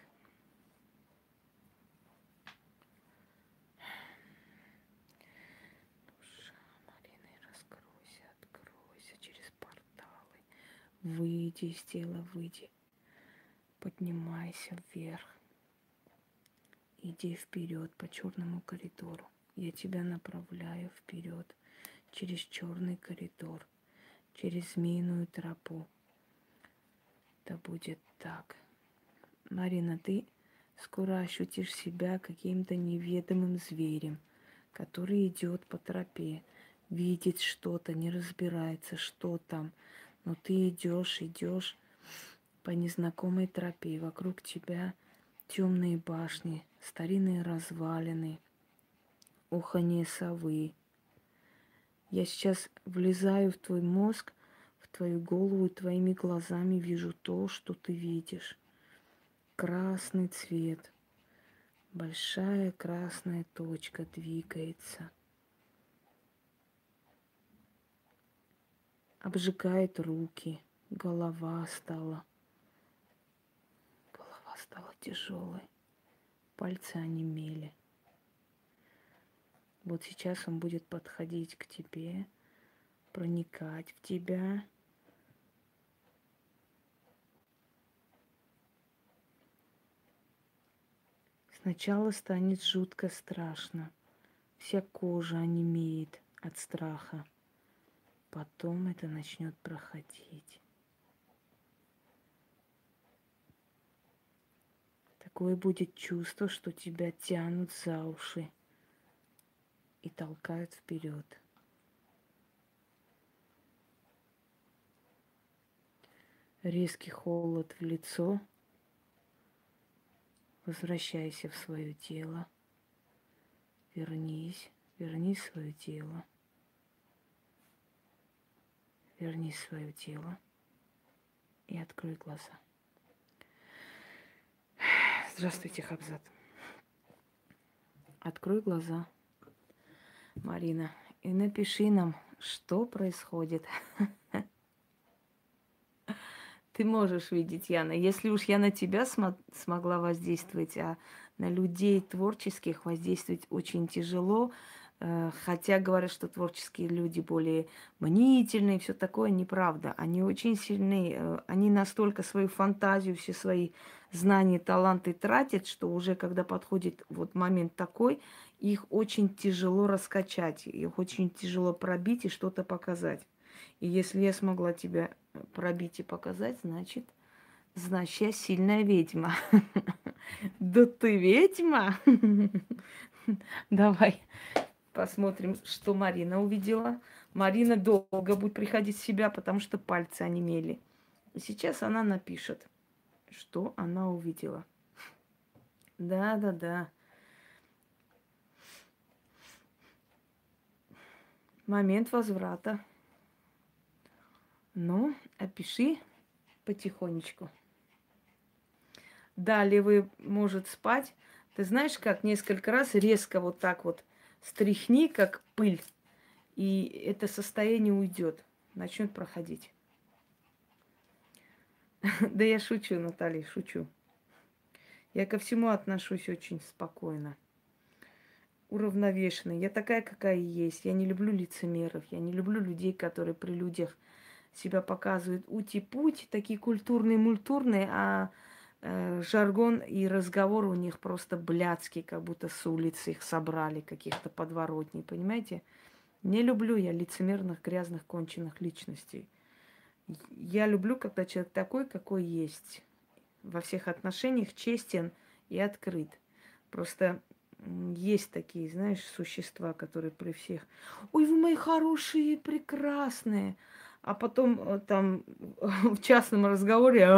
Душа Марины, раскройся, откройся через порталы. Выйди из тела, выйди. Поднимайся вверх. Иди вперед по черному коридору. Я тебя направляю вперед через черный коридор, через змеиную тропу. Да будет так. Марина, ты скоро ощутишь себя каким-то неведомым зверем, который идет по тропе, видит что-то, не разбирается, что там. Но ты идешь по незнакомой тропе. Вокруг тебя темные башни, старинные развалины, уханье совы. Я сейчас влезаю в твой мозг, в твою голову, и твоими глазами вижу то, что ты видишь. Красный цвет. Большая красная точка двигается. Обжигает руки. Голова стала тяжелой. Пальцы онемели. Вот сейчас он будет подходить к тебе, проникать в тебя. Сначала станет жутко страшно. Вся кожа онемеет от страха. Потом это начнет проходить. Такое будет чувство, что тебя тянут за уши и толкают вперед. Резкий холод в лицо. Возвращайся в свое тело. Вернись в свое тело. Вернись в свое тело и открой глаза. Здравствуйте, Хабзат. Открой глаза, Марина, и напиши нам, что происходит. Ты можешь видеть, Яна. Если уж я на тебя смогла воздействовать, а на людей творческих воздействовать очень тяжело, хотя говорят, что творческие люди более мнительные, все такое, неправда. Они очень сильны, они настолько свою фантазию, все свои знания, таланты тратят, что уже когда подходит вот момент такой, их очень тяжело раскачать, их очень тяжело пробить и что-то показать. И если я смогла тебя пробить и показать, значит я сильная ведьма. Да ты ведьма? Давай посмотрим, что Марина увидела. Марина долго будет приходить в себя, потому что пальцы онемели. И сейчас она напишет, что она увидела. Да. Момент возврата. Ну, опиши потихонечку. Далее вы может спать. Ты знаешь, как несколько раз резко вот так вот стряхни, как пыль, и это состояние уйдет, начнет проходить. Да я шучу, Наталья, шучу. Я ко всему отношусь очень спокойно, уравновешенно. Я такая, какая есть. Я не люблю лицемеров, я не люблю людей, которые при людях себя показывают ути-путь, такие культурные-мультурные, а жаргон и разговор у них просто блядский, как будто с улицы их собрали, каких-то подворотней, понимаете? Не люблю я лицемерных, грязных, конченых личностей. Я люблю, когда человек такой, какой есть. Во всех отношениях честен и открыт. Просто есть такие, знаешь, существа, которые при всех: ой, вы мои хорошие, прекрасные. А потом там в частном разговоре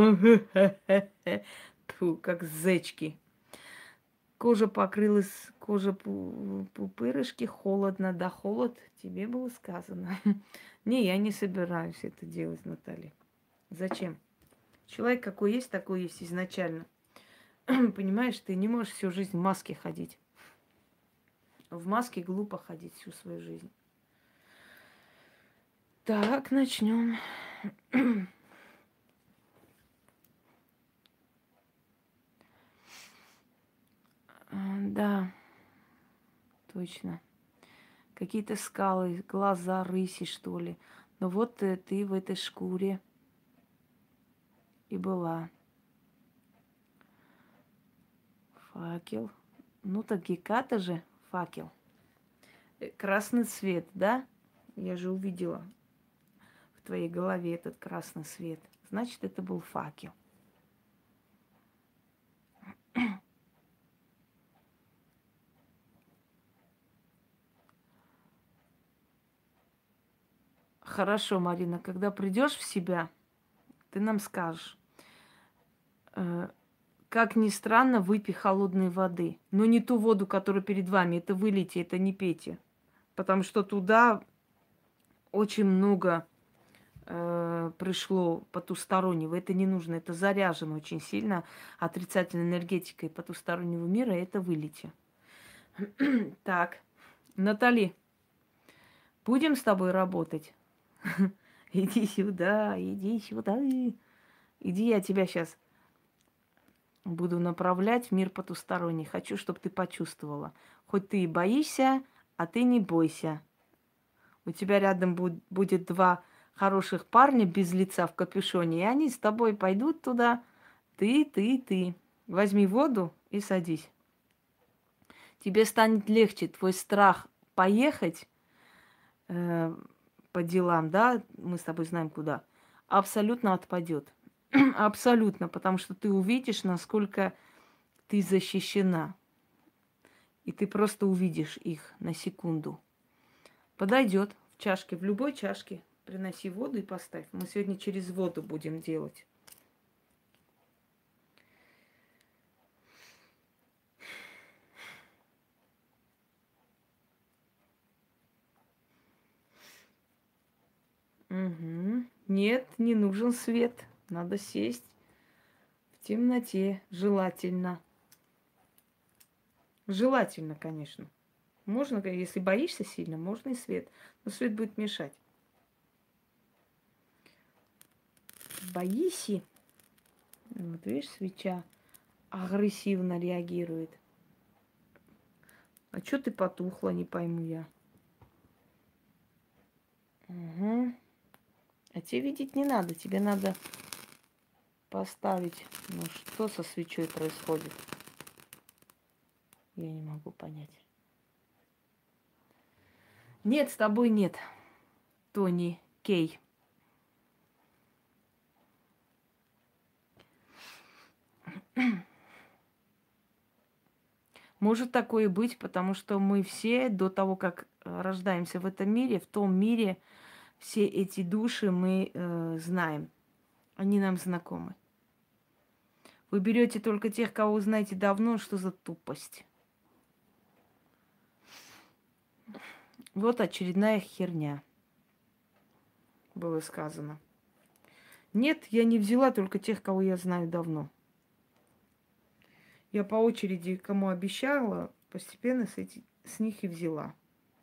фу, как зечки. Кожа покрылась, кожа пупырышки, холодно, да холод, тебе было сказано. Не, я не собираюсь это делать, Наталья. Зачем? Человек какой есть, такой есть изначально. Понимаешь, ты не можешь всю жизнь в маске ходить. В маске глупо ходить всю свою жизнь. Так, начнем. Да, точно. Какие-то скалы, глаза рыси, что ли. Но вот ты в этой шкуре и была. Факел. Ну так Геката же факел. Красный цвет, да? Я же увидела в твоей голове этот красный свет. Значит, это был факел. Хорошо, Марина, когда придешь в себя, ты нам скажешь. Как ни странно, выпей холодной воды. Но не ту воду, которая перед вами. Это вылейте, это не пейте. Потому что туда очень много пришло потустороннего. Это не нужно. Это заряжено очень сильно отрицательной энергетикой потустороннего мира. Это вылейте. Так, Натали, будем с тобой работать? Иди сюда, иди сюда. Иди, я тебя сейчас буду направлять в мир потусторонний. Хочу, чтобы ты почувствовала. Хоть ты и боишься, а ты не бойся. У тебя рядом будет два хороших парня без лица в капюшоне, и они с тобой пойдут туда. Ты. Возьми воду и садись. Тебе станет легче. Твой страх поехать по делам, да, мы с тобой знаем куда, абсолютно отпадет. Абсолютно, потому что ты увидишь, насколько ты защищена. И ты просто увидишь их на секунду. Подойдет в чашке, в любой чашке. Приноси воду и поставь. Мы сегодня через воду будем делать. Угу. Нет, не нужен свет. Надо сесть в темноте. Желательно. Желательно, конечно. Можно, если боишься сильно, можно и свет. Но свет будет мешать. Боишься? Вот видишь, свеча агрессивно реагирует. А что ты потухла, не пойму я. Угу. А тебе видеть не надо. Тебе надо поставить. Ну что со свечой происходит? Я не могу понять. Нет, с тобой нет, Тони Кей. Может такое быть, потому что мы все до того, как рождаемся в этом мире, в том мире, все эти души мы знаем. Они нам знакомы. Вы берете только тех, кого вы знаете давно, что за тупость. Вот очередная херня, было сказано. Нет, я не взяла только тех, кого я знаю давно. Я по очереди, кому обещала, постепенно с них и взяла.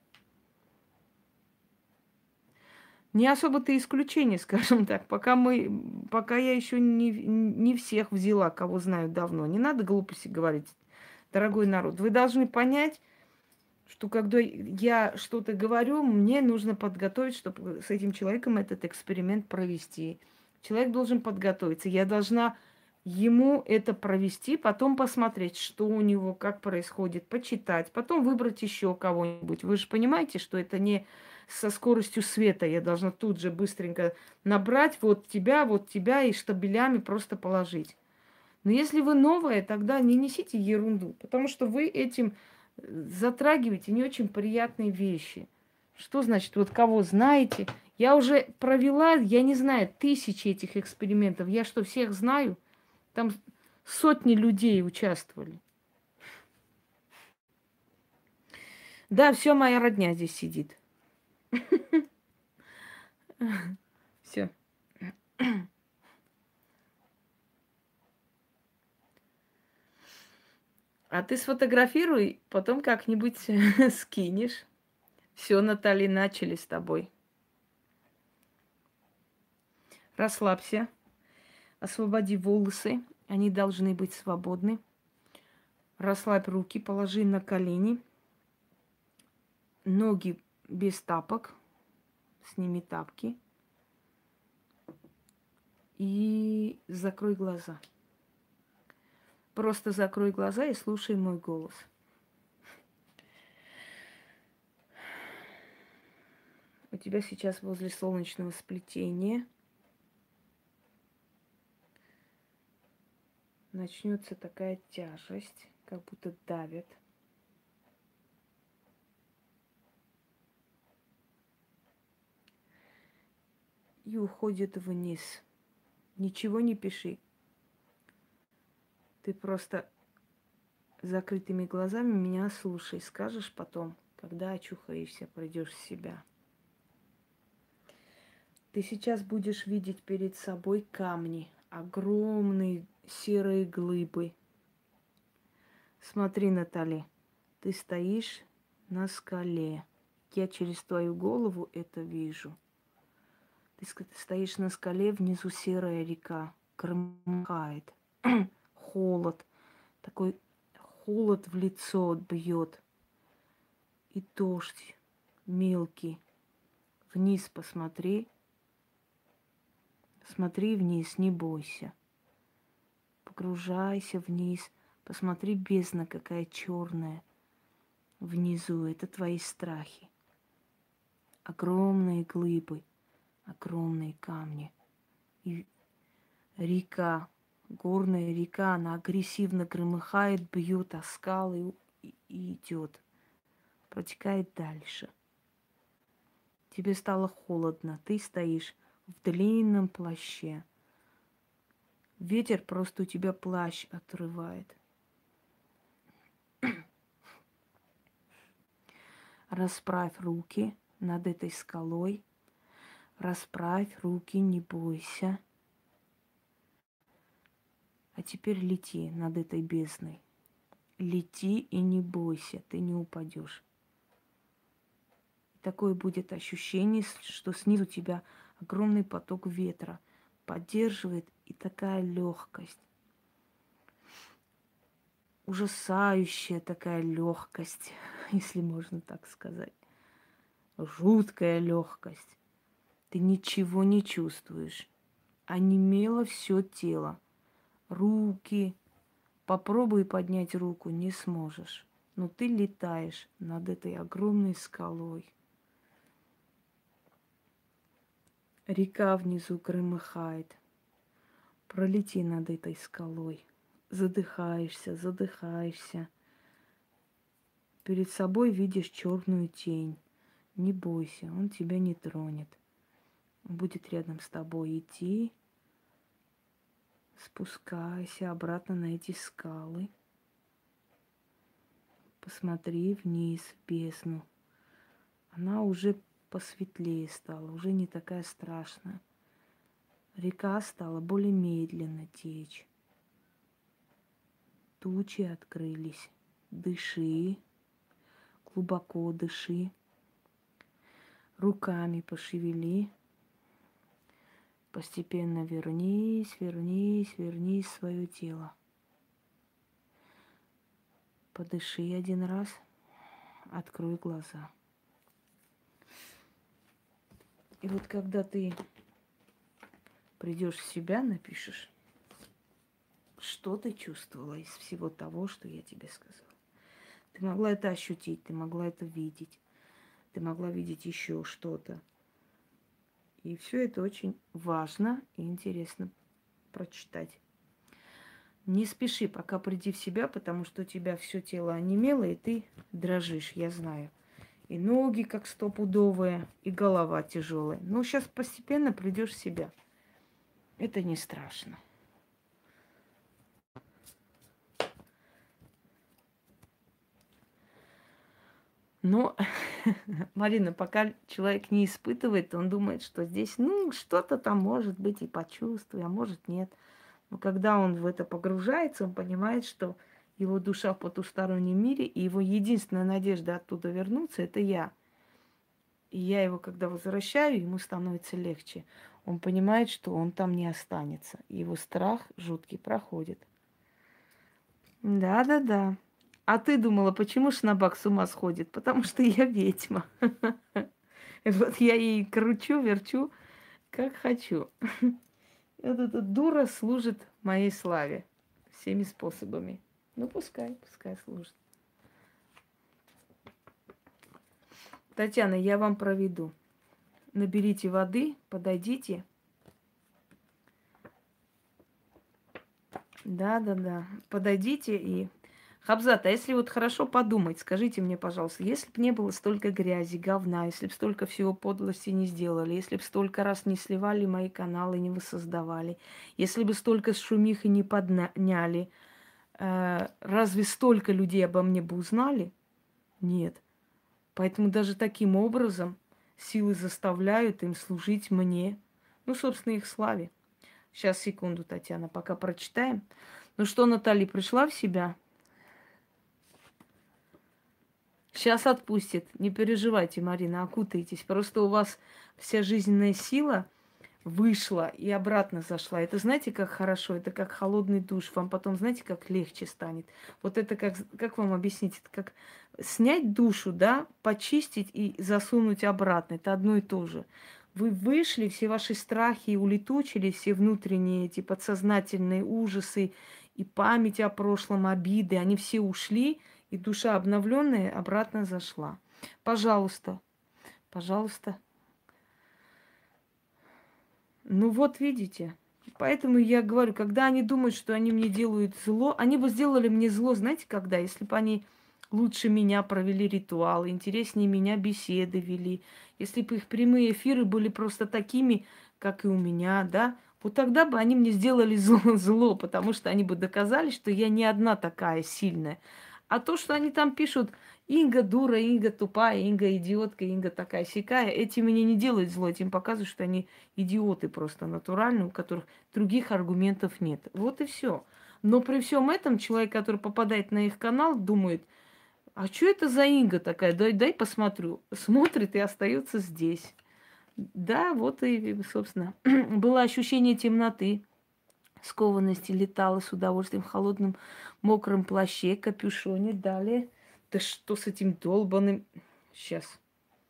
Не особо-то исключение, скажем так. Пока я еще не всех взяла, кого знаю давно. Не надо глупости говорить, дорогой народ. Вы должны понять, что когда я что-то говорю, мне нужно подготовить, чтобы с этим человеком этот эксперимент провести. Человек должен подготовиться. Я должна ему это провести, потом посмотреть, что у него, как происходит, почитать, потом выбрать еще кого-нибудь. Вы же понимаете, что это не со скоростью света. Я должна тут же быстренько набрать вот тебя и штабелями просто положить. Но если вы новая, тогда не несите ерунду, потому что вы этим затрагиваете не очень приятные вещи. Что значит, вот кого знаете? Я уже провела, я не знаю, тысячи этих экспериментов. Я что, всех знаю? Там сотни людей участвовали. Да, все моя родня здесь сидит. Все. А ты сфотографируй, потом как-нибудь скинешь. Все, Натали, начали с тобой. Расслабься, освободи волосы, они должны быть свободны. Расслабь руки, положи на колени, ноги без тапок, сними тапки и закрой глаза. Просто закрой глаза и слушай мой голос. У тебя сейчас возле солнечного сплетения начнется такая тяжесть, как будто давят. И уходит вниз. Ничего не пиши. Ты просто закрытыми глазами меня слушай. Скажешь потом, когда очухаешься, придешь в себя. Ты сейчас будешь видеть перед собой камни, огромные серые глыбы. Смотри, Натали, ты стоишь на скале. Я через твою голову это вижу. Ты стоишь на скале, внизу серая река, громыхает, холод, такой холод в лицо бьет. И дождь мелкий. Вниз посмотри. Смотри вниз, не бойся. Погружайся вниз. Посмотри, бездна какая черная. Внизу это твои страхи. Огромные глыбы, огромные камни. И река, горная река, она агрессивно громыхает, бьет о скалы и идет. Протекает дальше. Тебе стало холодно, ты стоишь в длинном плаще. Ветер просто у тебя плащ отрывает. Расправь руки над этой скалой. Расправь руки, не бойся. А теперь лети над этой бездной. Лети и не бойся, ты не упадешь. Такое будет ощущение, что снизу тебя огромный поток ветра поддерживает, и такая легкость. Ужасающая такая легкость, если можно так сказать. Жуткая легкость. Ты ничего не чувствуешь. Онемело все тело. Руки. Попробуй поднять руку, не сможешь. Но ты летаешь над этой огромной скалой. Река внизу громыхает. Пролети над этой скалой. Задыхаешься, задыхаешься. Перед собой видишь черную тень. Не бойся, он тебя не тронет. Он будет рядом с тобой идти. Спускайся обратно на эти скалы. Посмотри вниз, в бездну. Она уже посветлее стала, уже не такая страшная. Река стала более медленно течь. Тучи открылись. Дыши, глубоко дыши. Руками пошевели. Постепенно вернись, вернись, вернись в свое тело. Подыши один раз, открой глаза. И вот когда ты придешь в себя, напишешь, что ты чувствовала из всего того, что я тебе сказала. Ты могла это ощутить, ты могла это видеть, ты могла видеть еще что-то. И все это очень важно и интересно прочитать. Не спеши, пока приди в себя, потому что у тебя все тело онемело, и ты дрожишь, я знаю. И ноги как стопудовые, и голова тяжелая. Но сейчас постепенно придешь в себя. Это не страшно. Но, Марина, пока человек не испытывает, он думает, что здесь, что-то там может быть и почувствую, а может нет. Но когда он в это погружается, он понимает, что его душа в потустороннем мире, и его единственная надежда оттуда вернуться – это я. И я его, когда возвращаю, ему становится легче. Он понимает, что он там не останется. Его страх жуткий проходит. Да-да-да. А ты думала, почему Шнабак с ума сходит? Потому что я ведьма. Вот я ей кручу, верчу, как хочу. Вот эта дура служит моей славе всеми способами. Ну, пускай служит. Татьяна, я вам проведу. Наберите воды, подойдите. Да. Подойдите и... Хабзат, а если вот хорошо подумать, скажите мне, пожалуйста, если бы не было столько грязи, говна, если бы столько всего подлости не сделали, если бы столько раз не сливали мои каналы, не воссоздавали, если бы столько шумихи не подняли, разве столько людей обо мне бы узнали? Нет. Поэтому даже таким образом силы заставляют им служить мне, ну, собственно, их славе. Сейчас, секунду, Татьяна, пока прочитаем. Ну что, Наталья, пришла в себя? Сейчас отпустит. Не переживайте, Марина, окутайтесь. Просто у вас вся жизненная сила вышла и обратно зашла. Это знаете, как хорошо? Это как холодный душ. Вам потом, знаете, как легче станет. Вот это как вам объяснить? Это как снять душу, да, почистить и засунуть обратно. Это одно и то же. Вы вышли, все ваши страхи улетучились, все внутренние эти подсознательные ужасы и память о прошлом, обиды, они все ушли, и душа обновленная обратно зашла. Пожалуйста, пожалуйста. Ну вот видите. Поэтому я говорю, когда они думают, что они мне делают зло, они бы сделали мне зло, знаете, когда? Если бы они лучше меня провели ритуалы, интереснее меня беседы вели, если бы их прямые эфиры были просто такими, как и у меня, да, вот тогда бы они мне сделали зло, потому что они бы доказали, что я не одна такая сильная. А то, что они там пишут, Инга дура, Инга тупая, Инга идиотка, Инга такая сякая, эти мне не делают зло, этим показывают, что они идиоты просто натуральные, у которых других аргументов нет. Вот и все. Но при всем этом человек, который попадает на их канал, думает, а что это за Инга такая? Дай посмотрю. Смотрит и остается здесь. Да, вот и, собственно, было ощущение темноты, скованности, летала с удовольствием в холодном мокром плаще, капюшоне. Далее, да что с этим долбаным... Сейчас.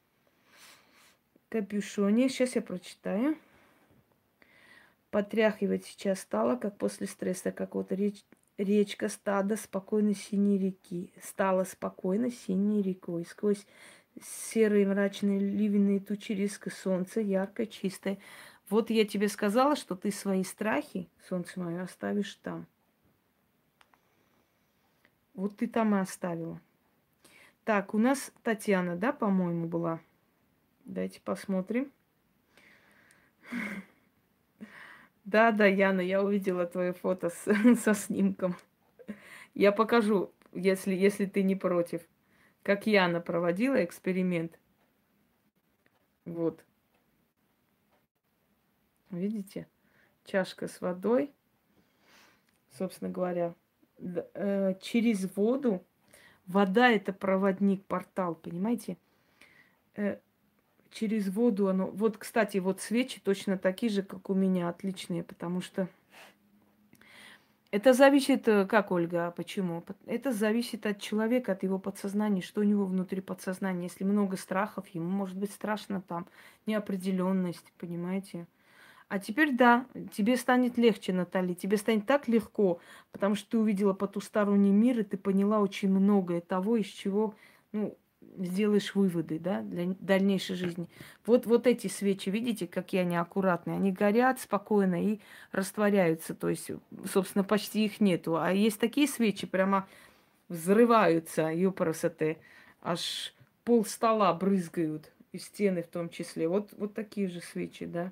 Капюшоне. Сейчас я прочитаю. Потряхивать сейчас стало, как после стресса какого-то. Речка стада спокойной синей реки. Стала спокойно синей рекой. Сквозь серые мрачные ливенные тучи риска солнце, яркое, чистое. Вот я тебе сказала, что ты свои страхи, солнце мое, оставишь там. Вот ты там и оставила. Так, у нас Татьяна, да, по-моему, была? Дайте посмотрим. Да, Яна, я увидела твое фото со снимком. Я покажу, если ты не против. Как Яна проводила эксперимент. Вот. Видите? Чашка с водой. Собственно говоря, через воду. Вода – это проводник, портал, понимаете? Через воду оно... Вот, кстати, вот свечи точно такие же, как у меня, отличные, потому что... Это зависит, как, Ольга, почему? Это зависит от человека, от его подсознания, что у него внутри подсознания. Если много страхов, ему может быть страшно там, неопределенность, понимаете? А теперь да, тебе станет легче, Наталья, тебе станет так легко, потому что ты увидела потусторонний мир, и ты поняла очень многое того, из чего, ну, сделаешь выводы, да, для дальнейшей жизни. Вот эти свечи, видите, какие они аккуратные, они горят спокойно и растворяются, то есть, собственно, почти их нету. А есть такие свечи, прямо взрываются, ёпарасоте, аж пол стола брызгают, и стены в том числе. Вот такие же свечи, да.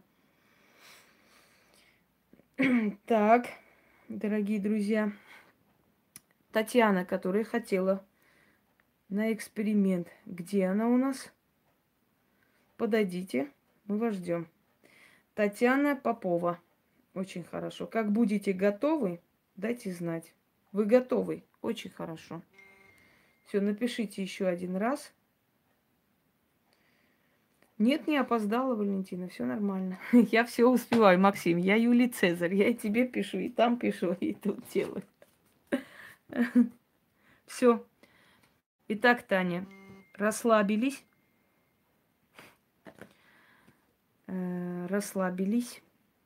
Так, дорогие друзья, Татьяна, которая хотела на эксперимент. Где она у нас? Подойдите, мы вас ждем. Татьяна Попова. Очень хорошо. Как будете готовы, дайте знать. Вы готовы? Очень хорошо. Все, напишите еще один раз. Нет, не опоздала, Валентина, все нормально. Я все успеваю, Максим. Я Юлий Цезарь. Я и тебе пишу, и там пишу, и тут делаю. Все. Итак, Таня, расслабились. Расслабились.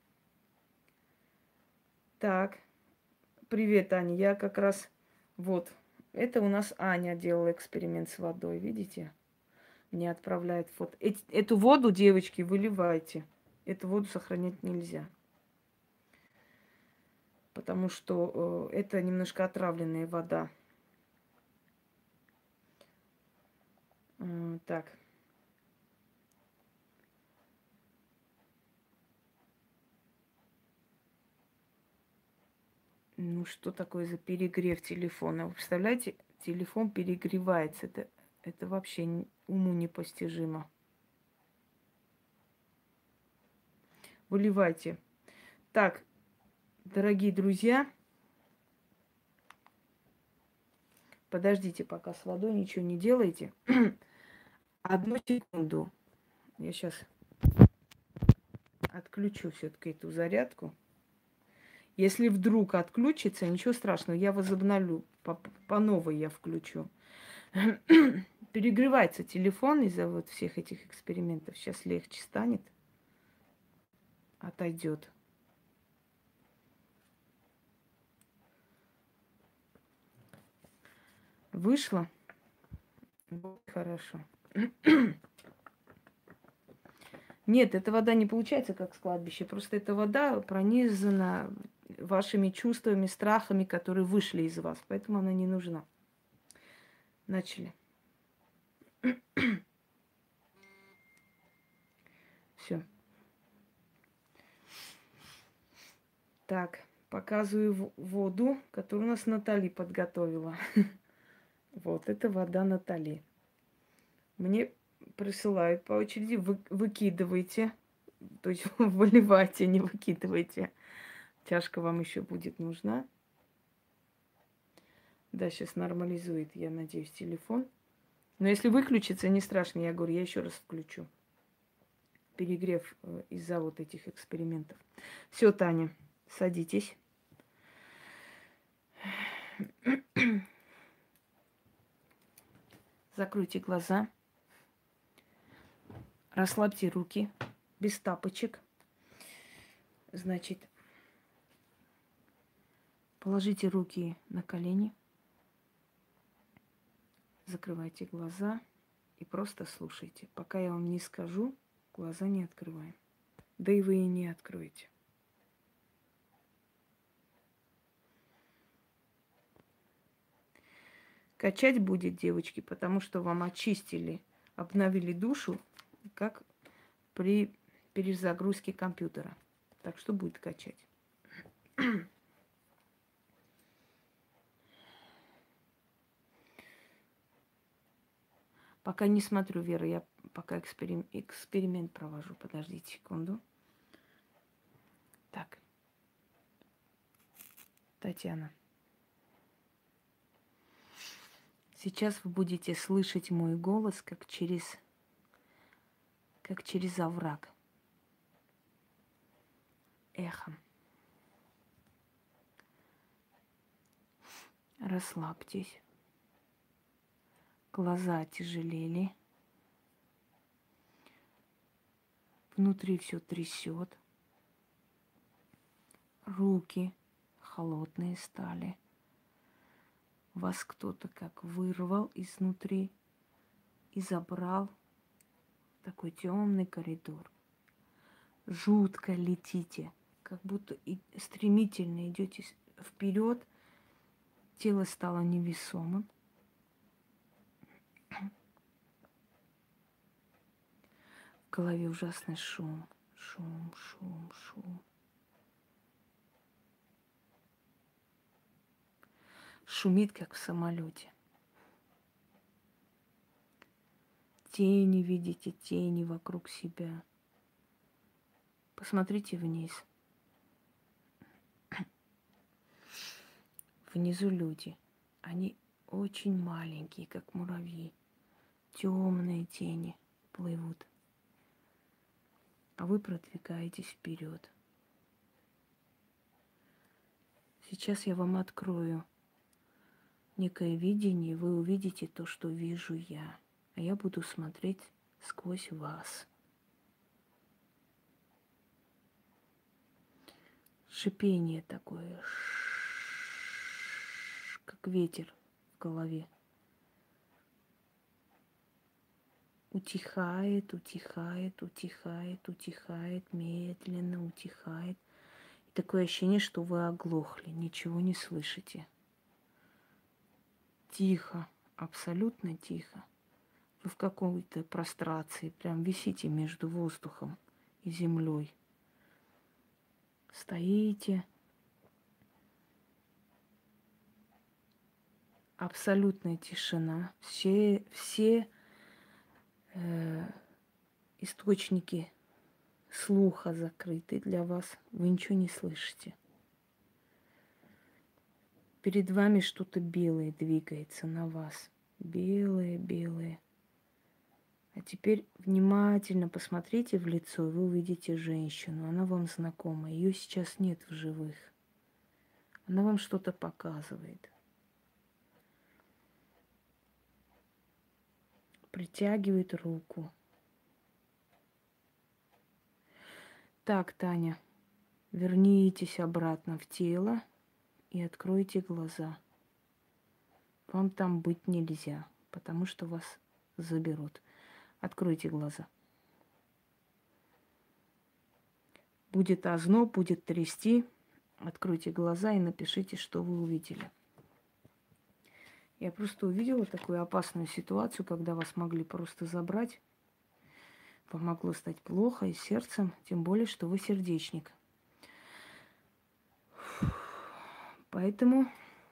Так, привет, Аня. Я как раз вот. Это у нас Аня делала эксперимент с водой, видите? Мне отправляет фото. Эту воду, девочки, выливайте. Эту воду сохранять нельзя. Потому что это немножко отравленная вода. Так. Ну, что такое за перегрев телефона? Вы представляете, телефон перегревается. Это вообще уму непостижимо. Выливайте. Так, дорогие друзья, подождите, пока с водой ничего не делайте. Одну секунду. Я сейчас отключу все-таки эту зарядку. Если вдруг отключится, ничего страшного, я возобновлю. По новой я включу. Перегревается телефон из-за вот всех этих экспериментов. Сейчас легче станет. Отойдет. Вышло? Вот, хорошо. Нет, эта вода не получается как с кладбища. Просто эта вода пронизана вашими чувствами, страхами, которые вышли из вас. Поэтому она не нужна. Начали. Все. Так, показываю воду, которую у нас Натали подготовила. Вот, это вода Натали. Мне присылают по очереди, выкидывайте. То есть выливайте, не выкидывайте. Чашка вам еще будет нужна. Да, сейчас нормализует, я надеюсь, телефон. Но если выключится, не страшно, я говорю, я еще раз включу. Перегрев из-за вот этих экспериментов. Все, Таня, садитесь. Закройте глаза. Расслабьте руки, без тапочек. Значит, положите руки на колени. Закрывайте глаза и просто слушайте. Пока я вам не скажу, глаза не открываем. Да и вы и не откроете. Качать будет, девочки, потому что вам очистили, обновили душу, как при перезагрузке компьютера. Так что будет качать. Пока не смотрю, Вера, я пока эксперимент провожу. Подождите секунду. Так. Татьяна. Сейчас вы будете слышать мой голос, как через овраг. Эхом. Расслабьтесь. Глаза тяжелели. Внутри все трясет. Руки холодные стали. Вас кто-то как вырвал изнутри и забрал в такой темный коридор. Жутко летите, как будто и стремительно идете вперед. Тело стало невесомым. В голове ужасный шум, шум, шум, шум. Шумит, как в самолете. Тени видите, тени вокруг себя. Посмотрите вниз. Внизу люди. Они очень маленькие, как муравьи. Темные тени плывут. а вы продвигаетесь вперед. Сейчас я вам открою некое видение, и вы увидите то, что вижу я. А я буду смотреть сквозь вас. Шипение такое, как ветер в голове. Утихает, утихает, утихает, утихает, медленно утихает. И такое ощущение, что вы оглохли, ничего не слышите. Тихо, абсолютно тихо. Вы в какой-то прострации, прям висите между воздухом и землей. Стоите. Абсолютная тишина. Все источники слуха закрыты для вас. Вы ничего не слышите. Перед вами что-то белое двигается на вас. Белое, белое. А теперь внимательно посмотрите в лицо, и вы увидите женщину. Она вам знакома. Ее сейчас нет в живых. Она вам что-то показывает. Притягивает руку. Так, Таня, вернитесь обратно в тело и откройте глаза. Вам там быть нельзя, потому что вас заберут. Откройте глаза. Будет озноб, будет трясти. Откройте глаза и напишите, что вы увидели. Я просто увидела такую опасную ситуацию, когда вас могли просто забрать. Вам могло стать плохо и с сердцем, тем более, что вы сердечник. Поэтому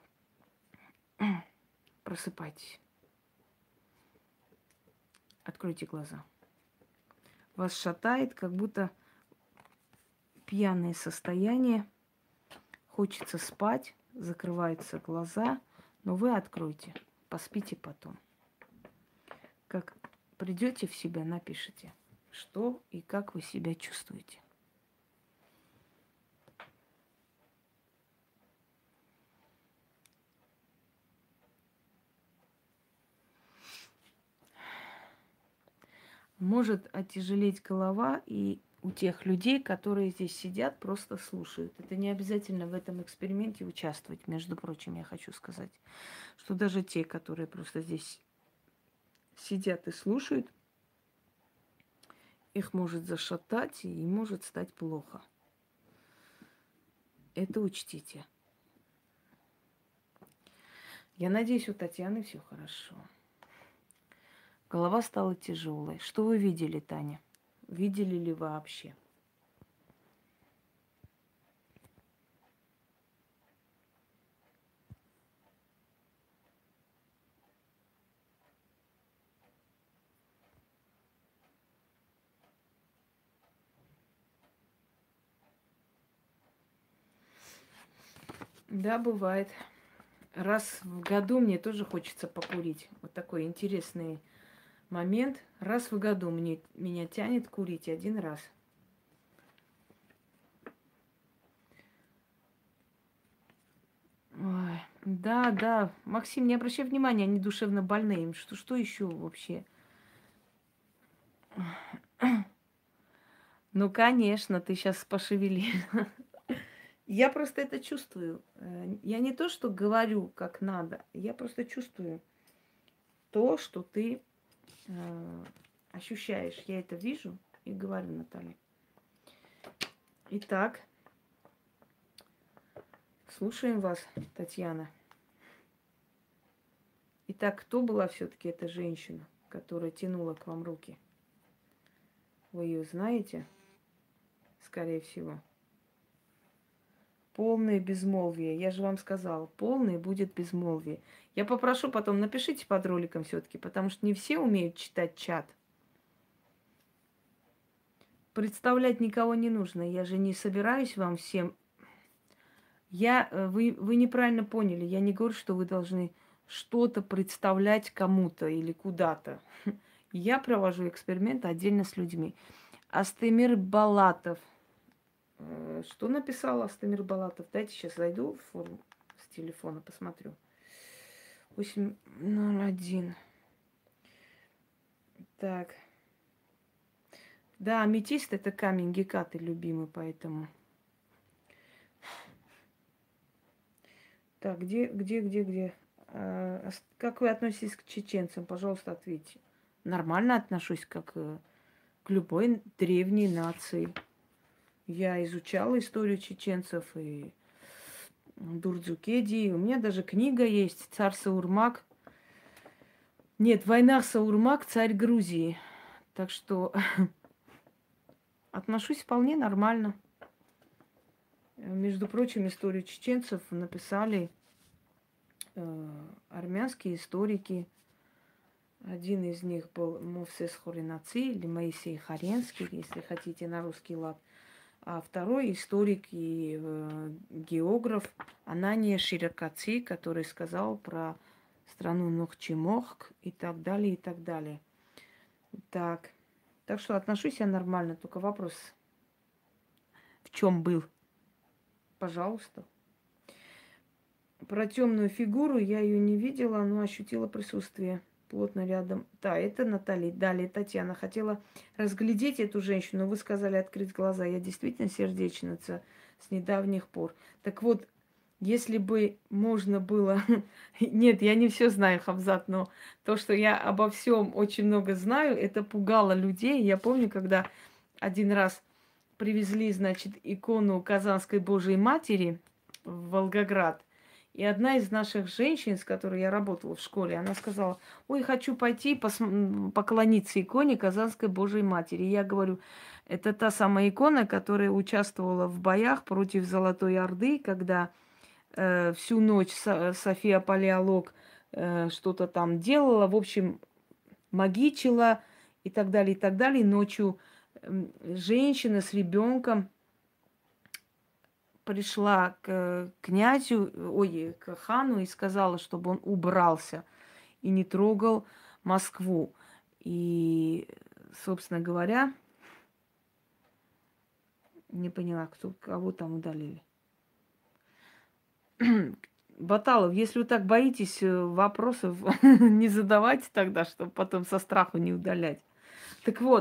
просыпайтесь. Откройте глаза. Вас шатает, как будто пьяное состояние. Хочется спать, закрываются глаза, но вы откройте, поспите потом. Как придете в себя, напишите, что и как вы себя чувствуете. Может отяжелеть голова и у тех людей, которые здесь сидят, просто слушают. Это не обязательно в этом эксперименте участвовать. Между прочим, я хочу сказать, что даже те, которые просто здесь сидят и слушают, их может зашатать и им может стать плохо. Это учтите. Я надеюсь, у Татьяны все хорошо. Голова стала тяжелой. Что вы видели, Таня? Видели ли вообще? Да, бывает. Раз в году мне тоже хочется покурить. Вот такой интересный момент. Раз в году меня тянет курить один раз. Ой, да, да. Максим, не обращай внимания, они душевно больные. Что еще вообще? Ну, конечно, ты сейчас пошевели. Я просто это чувствую. Я не то, что говорю как надо, я просто чувствую то, что ты ощущаешь. Я это вижу и говорю, Наталья. Итак, слушаем вас, Татьяна. Итак, кто была все-таки эта женщина, которая тянула к вам руки? Вы ее знаете, скорее всего. Полное безмолвие. Я же вам сказала, полное будет безмолвие. Я попрошу потом, напишите под роликом все-таки, потому что не все умеют читать чат. Представлять никого не нужно. Я же не собираюсь вам всем... Вы неправильно поняли. Я не говорю, что вы должны что-то представлять кому-то или куда-то. Я провожу эксперимент отдельно с людьми. Астемир Балатов. Что написал Астемир Балатов? Дайте сейчас зайду в форму с телефона, посмотрю. 801. Так. Да, аметист это камень Гекаты любимый, поэтому. Так, где? Как вы относитесь к чеченцам? Пожалуйста, ответьте. Нормально отношусь, как к любой древней нации. Я изучала историю чеченцев и Дурдзукеди. У меня даже книга есть «Царь Саурмак». Нет, «Война Саурмак. Царь Грузии». Так что отношусь вполне нормально. Между прочим, историю чеченцев написали армянские историки. Один из них был Мовсес Хоринаци или Моисей Харенский, если хотите, на русский лад. А второй историк и географ Анания Ширакаци, который сказал про страну Нохчимохк и так далее, и так далее. Так что отношусь я нормально, только вопрос в чем был? Пожалуйста. Про темную фигуру я ее не видела, но ощутила присутствие плотно рядом. Да, это Наталья. Далее Татьяна. Хотела разглядеть эту женщину, но вы сказали открыть глаза. Я действительно сердечница с недавних пор. Так вот, если бы можно было... Нет, я не все знаю, Хамзат, но то, что я обо всем очень много знаю, это пугало людей. Я помню, когда один раз привезли, значит, икону Казанской Божией Матери в Волгоград. И одна из наших женщин, с которой я работала в школе, она сказала: ой, хочу пойти поклониться иконе Казанской Божией Матери. И я говорю, это та самая икона, которая участвовала в боях против Золотой Орды, когда всю ночь София Палеолог что-то там делала, в общем, магичила и так далее, и так далее. Ночью женщина с ребенком пришла к князю, к хану и сказала, чтобы он убрался и не трогал Москву. И, собственно говоря, не поняла, кого там удалили. Баталов, если вы так боитесь вопросов, не задавайте тогда, чтобы потом со страху не удалять. Так вот,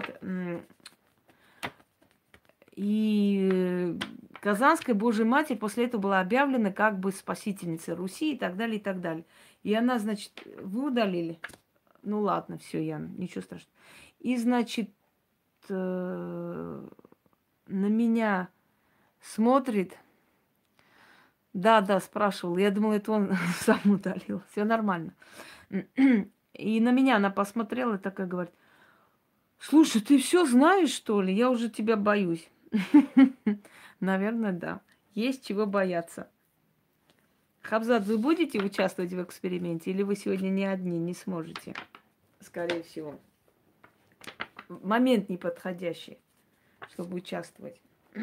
и Казанская Божья Матерь после этого была объявлена как бы спасительницей Руси и так далее, и так далее. И она, значит, вы удалили. Ну ладно, все, Ян, ничего страшного. И, значит, на меня смотрит. Да, спрашивал. Я думала, это он сам удалил. Все нормально. И на меня она посмотрела и такая говорит: слушай, ты все знаешь, что ли? Я уже тебя боюсь. Наверное, да. Есть чего бояться. Хабзат, вы будете участвовать в эксперименте, или вы сегодня не одни, не сможете? Скорее всего. Момент неподходящий, чтобы участвовать.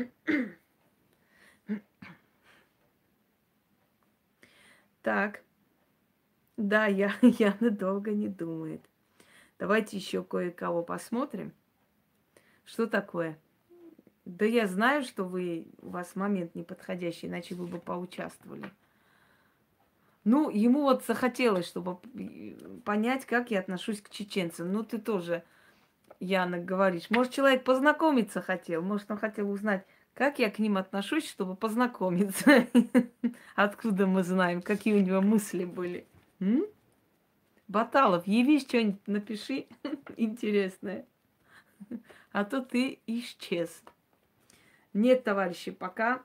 Так. Да, Яна долго не думает. Давайте еще кое-кого посмотрим. Что такое? Да я знаю, что у вас момент неподходящий, иначе вы бы поучаствовали. Ну, ему вот захотелось, чтобы понять, как я отношусь к чеченцам. Ну, ты тоже, Яна, говоришь. Может, человек познакомиться хотел, может, он хотел узнать, как я к ним отношусь, чтобы познакомиться. Откуда мы знаем, какие у него мысли были? Баталов, явись, что-нибудь напиши интересное. А то ты исчез. Нет, товарищи, пока,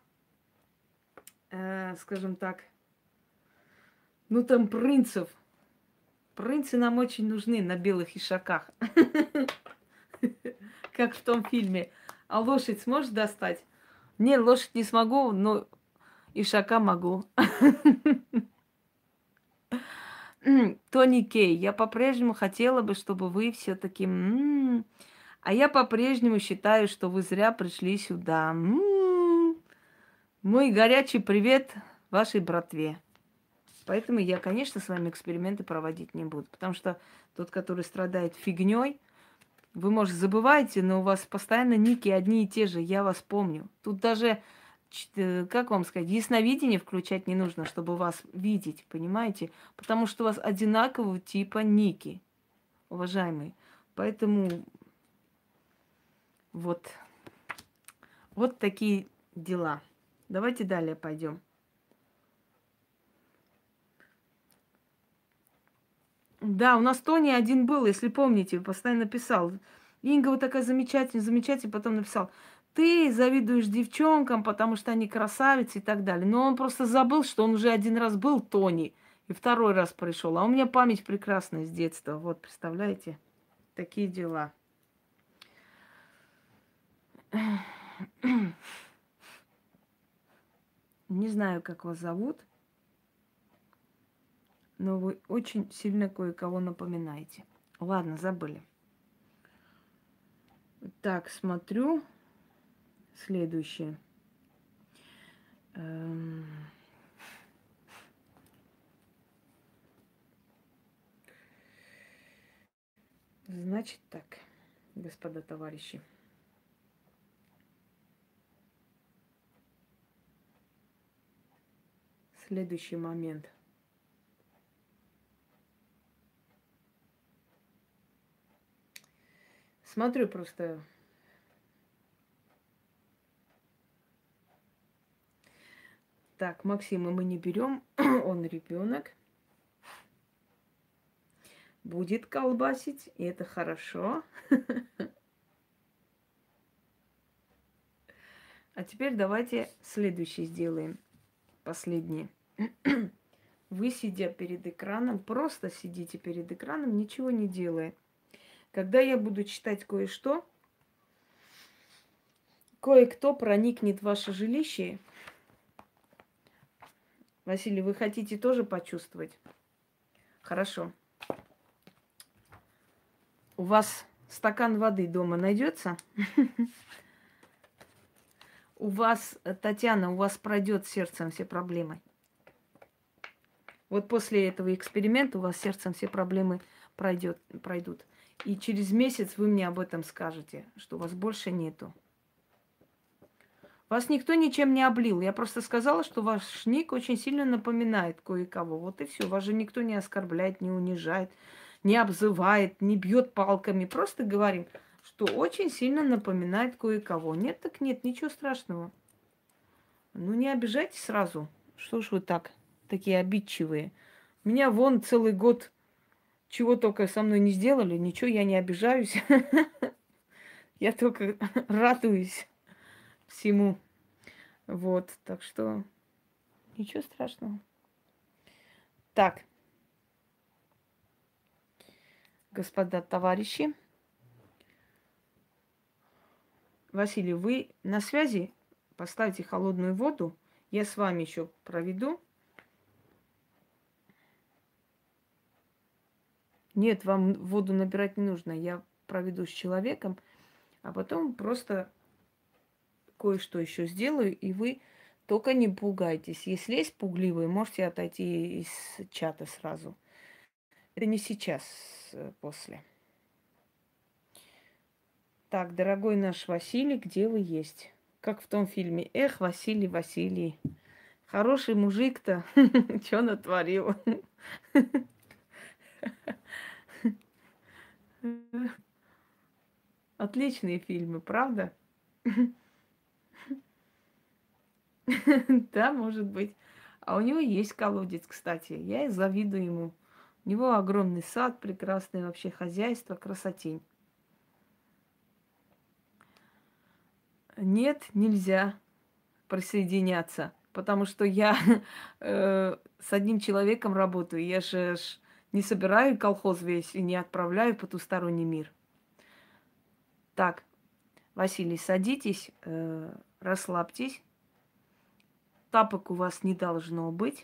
скажем так, ну там принцев. Принцы нам очень нужны на белых ишаках. Как в том фильме. А лошадь сможешь достать? Не, лошадь не смогу, но ишака могу. Тони Кей, я по-прежнему хотела бы, чтобы вы все-таки... А я по-прежнему считаю, что вы зря пришли сюда. Мой горячий привет вашей братве. Поэтому я, конечно, с вами эксперименты проводить не буду. Потому что тот, который страдает фигней, Вы, может, забываете, но у вас постоянно ники одни и те же, я вас помню. Тут даже, как вам сказать, ясновидение включать не нужно, чтобы вас видеть, понимаете? Потому что у вас одинакового типа ники, уважаемые. Поэтому вот, вот такие дела. Давайте далее пойдем. Да, у нас Тони один был, если помните, постоянно писал. Инга вот такая замечательная, замечательная, потом написал, ты завидуешь девчонкам, потому что они красавицы и так далее. Но он просто забыл, что он уже один раз был Тони и второй раз пришел. А у меня память прекрасная с детства. Вот, представляете? Такие дела. Не знаю, как вас зовут, но вы очень сильно кое-кого напоминаете. Ладно, забыли. Так, смотрю. Следующее. Значит так, господа товарищи. Следующий момент. Смотрю просто. Так, Максима мы не берем, он ребенок. Будет колбасить, и это хорошо. А теперь давайте следующий сделаем. Последний. Вы, сидя перед экраном, просто сидите перед экраном, ничего не делая. Когда я буду читать кое-что, кое-кто проникнет в ваше жилище. Василий, вы хотите тоже почувствовать? Хорошо. У вас стакан воды дома найдется? У вас, Татьяна, у вас пройдет сердцем все проблемы. Вот после этого эксперимента у вас сердцем все проблемы пройдут. И через месяц вы мне об этом скажете, что у вас больше нету. Вас никто ничем не облил. Я просто сказала, что ваш ник очень сильно напоминает кое-кого. Вот и все. Вас же никто не оскорбляет, не унижает, не обзывает, не бьет палками. Просто говорим, что очень сильно напоминает кое-кого. Нет, так нет, ничего страшного. Ну, не обижайтесь сразу. Что ж вы так, такие обидчивые? Меня вон целый год чего только со мной не сделали, ничего, я не обижаюсь. Я только радуюсь всему. Вот, так что ничего страшного. Так, господа товарищи. Василий, вы на связи? Поставьте холодную воду. Я с вами еще проведу. Нет, вам воду набирать не нужно. Я проведу с человеком, а потом просто кое-что еще сделаю, и вы только не пугайтесь. Если есть пугливые, можете отойти из чата сразу. Это не сейчас, после. Так, дорогой наш Василий, где вы есть? Как в том фильме. Эх, Василий, Василий. Хороший мужик-то. Чё натворил? Отличные фильмы, правда? Да, может быть. А у него есть колодец, кстати. Я и завидую ему. У него огромный сад, прекрасное вообще хозяйство, красотень. Нет, нельзя присоединяться, потому что я с одним человеком работаю. Я же не собираю колхоз весь и не отправляю в потусторонний мир. Так, Василий, садитесь, расслабьтесь. Тапок у вас не должно быть.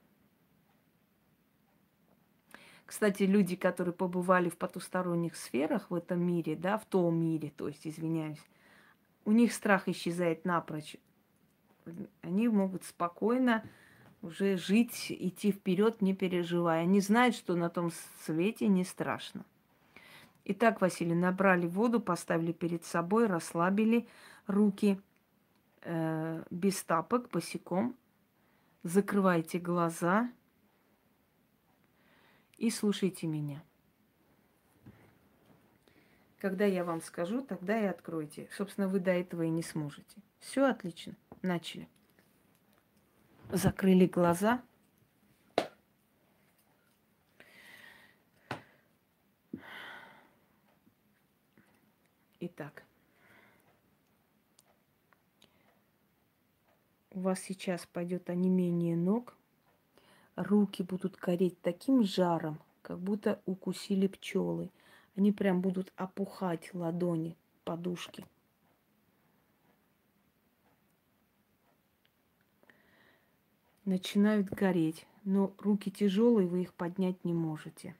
Кстати, люди, которые побывали в потусторонних сферах в этом мире, да, в том мире, то есть, извиняюсь, у них страх исчезает напрочь. Они могут спокойно уже жить, идти вперед, не переживая. Они знают, что на том свете не страшно. Итак, Василий, набрали воду, поставили перед собой, расслабили руки без тапок, босиком. Закрывайте глаза и слушайте меня. Когда я вам скажу, тогда и откройте. Собственно, вы до этого и не сможете. Все отлично. Начали. Закрыли глаза. Итак, у вас сейчас пойдет онемение ног. Руки будут гореть таким жаром, как будто укусили пчелы. Они прям будут опухать, ладони, подушки. Начинают гореть, но руки тяжелые, вы их поднять не можете.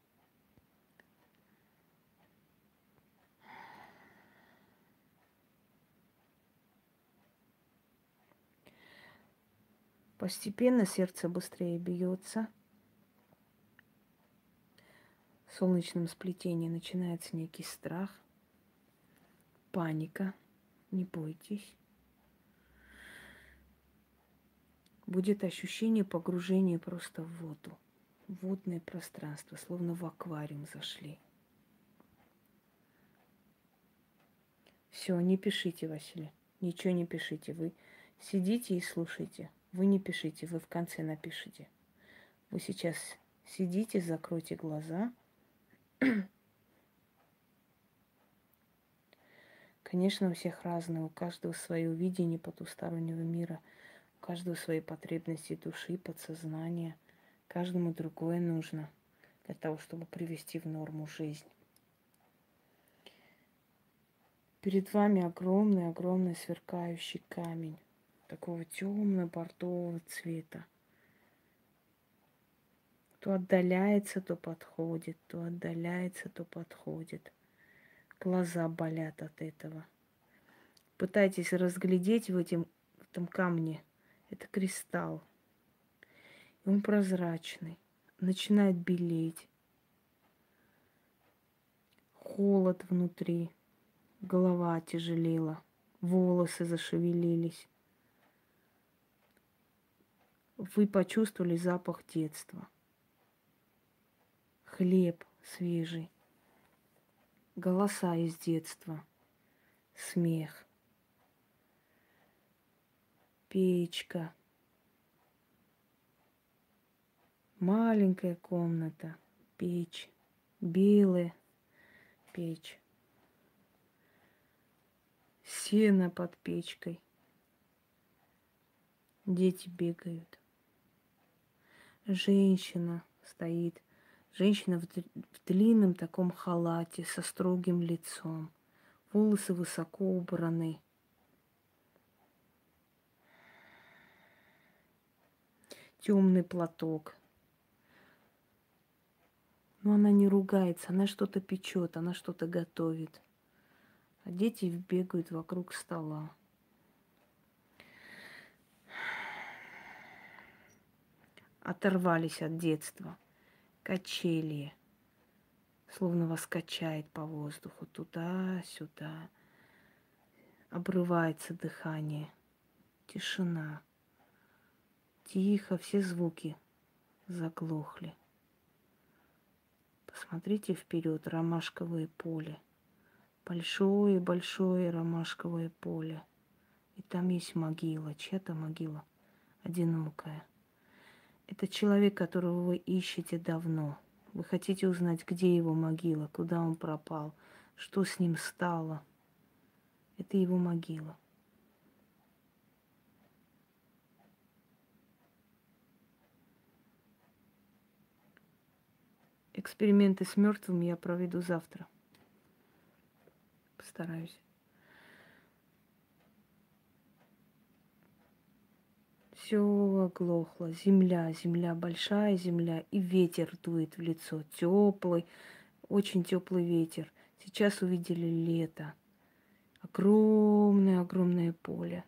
Постепенно сердце быстрее бьется. В солнечном сплетении начинается некий страх, паника. Не бойтесь. Будет ощущение погружения просто в воду. Водное пространство, словно в аквариум зашли. Все, не пишите, Василий. Ничего не пишите. Вы сидите и слушайте. Вы не пишите, вы в конце напишите. Вы сейчас сидите, закройте глаза. Конечно, у всех разное, у каждого свое видение потустороннего мира, у каждого свои потребности души, подсознания. Каждому другое нужно для того, чтобы привести в норму жизнь. Перед вами огромный сверкающий камень, такого темно-бордового цвета. То отдаляется, то подходит, то отдаляется, то подходит. Глаза болят от этого. Пытайтесь разглядеть в этом камне. Это кристалл. И он прозрачный. Начинает белеть. Холод внутри. Голова тяжелела. Волосы зашевелились. Вы почувствовали запах детства. Хлеб свежий. Голоса из детства. Смех. Печка. Маленькая комната. Печь. Белая печь. Сено под печкой. Дети бегают. Женщина стоит. Женщина в длинном таком халате со строгим лицом. Волосы высоко убраны. Темный платок. Но она не ругается, она что-то печет, она что-то готовит. А дети бегают вокруг стола. Оторвались от детства. Качели. Словно вас качает по воздуху. Туда-сюда. Обрывается дыхание. Тишина. Тихо, все звуки заглохли. Посмотрите вперед, ромашковое поле. Большое-большое ромашковое поле. И там есть могила, чья-то могила, одинокая. Это человек, которого вы ищете давно. Вы хотите узнать, где его могила, куда он пропал, что с ним стало. Это его могила. Эксперименты с мертвыми я проведу завтра. Постараюсь. Все оглохло. Земля, большая земля. И ветер дует в лицо. Теплый, очень теплый ветер. Сейчас увидели лето. Огромное поле.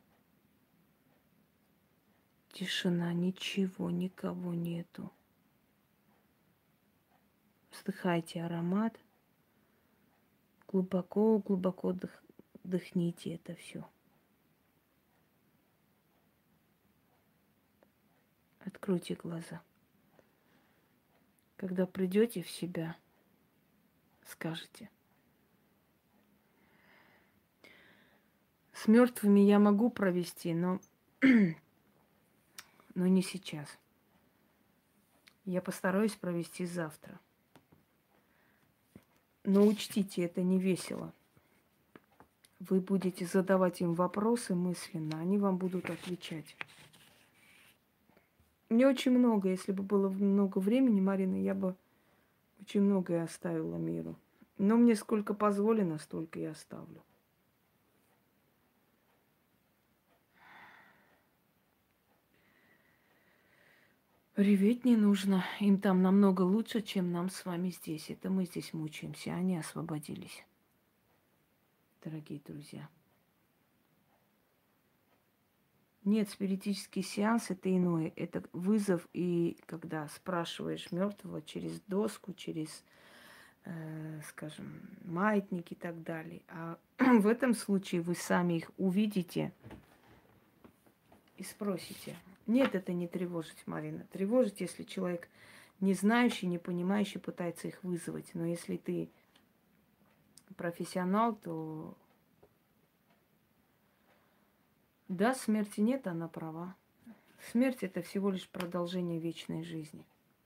Тишина, ничего, никого нету. Вздыхайте аромат. Глубоко вдохните это все. Откройте глаза. Когда придете в себя, скажете: с мертвыми я могу провести, но не сейчас. Я постараюсь провести завтра. Но учтите, это не весело. Вы будете задавать им вопросы мысленно, они вам будут отвечать. Мне очень много, если бы было много времени, Марина, я бы очень многое оставила миру. Но мне сколько позволено, столько я оставлю. Реветь не нужно. Им там намного лучше, чем нам с вами здесь. Это мы здесь мучаемся, а они освободились. Дорогие друзья. Нет, спиритический сеанс это иное. Это вызов, и когда спрашиваешь мертвого через доску, через, скажем, маятник и так далее. А в этом случае вы сами их увидите и спросите. Нет, это не тревожить, Марина. Тревожить, если человек не знающий, не понимающий пытается их вызвать. Но если ты профессионал, то да, смерти нет, она права. Смерть это всего лишь продолжение вечной жизни.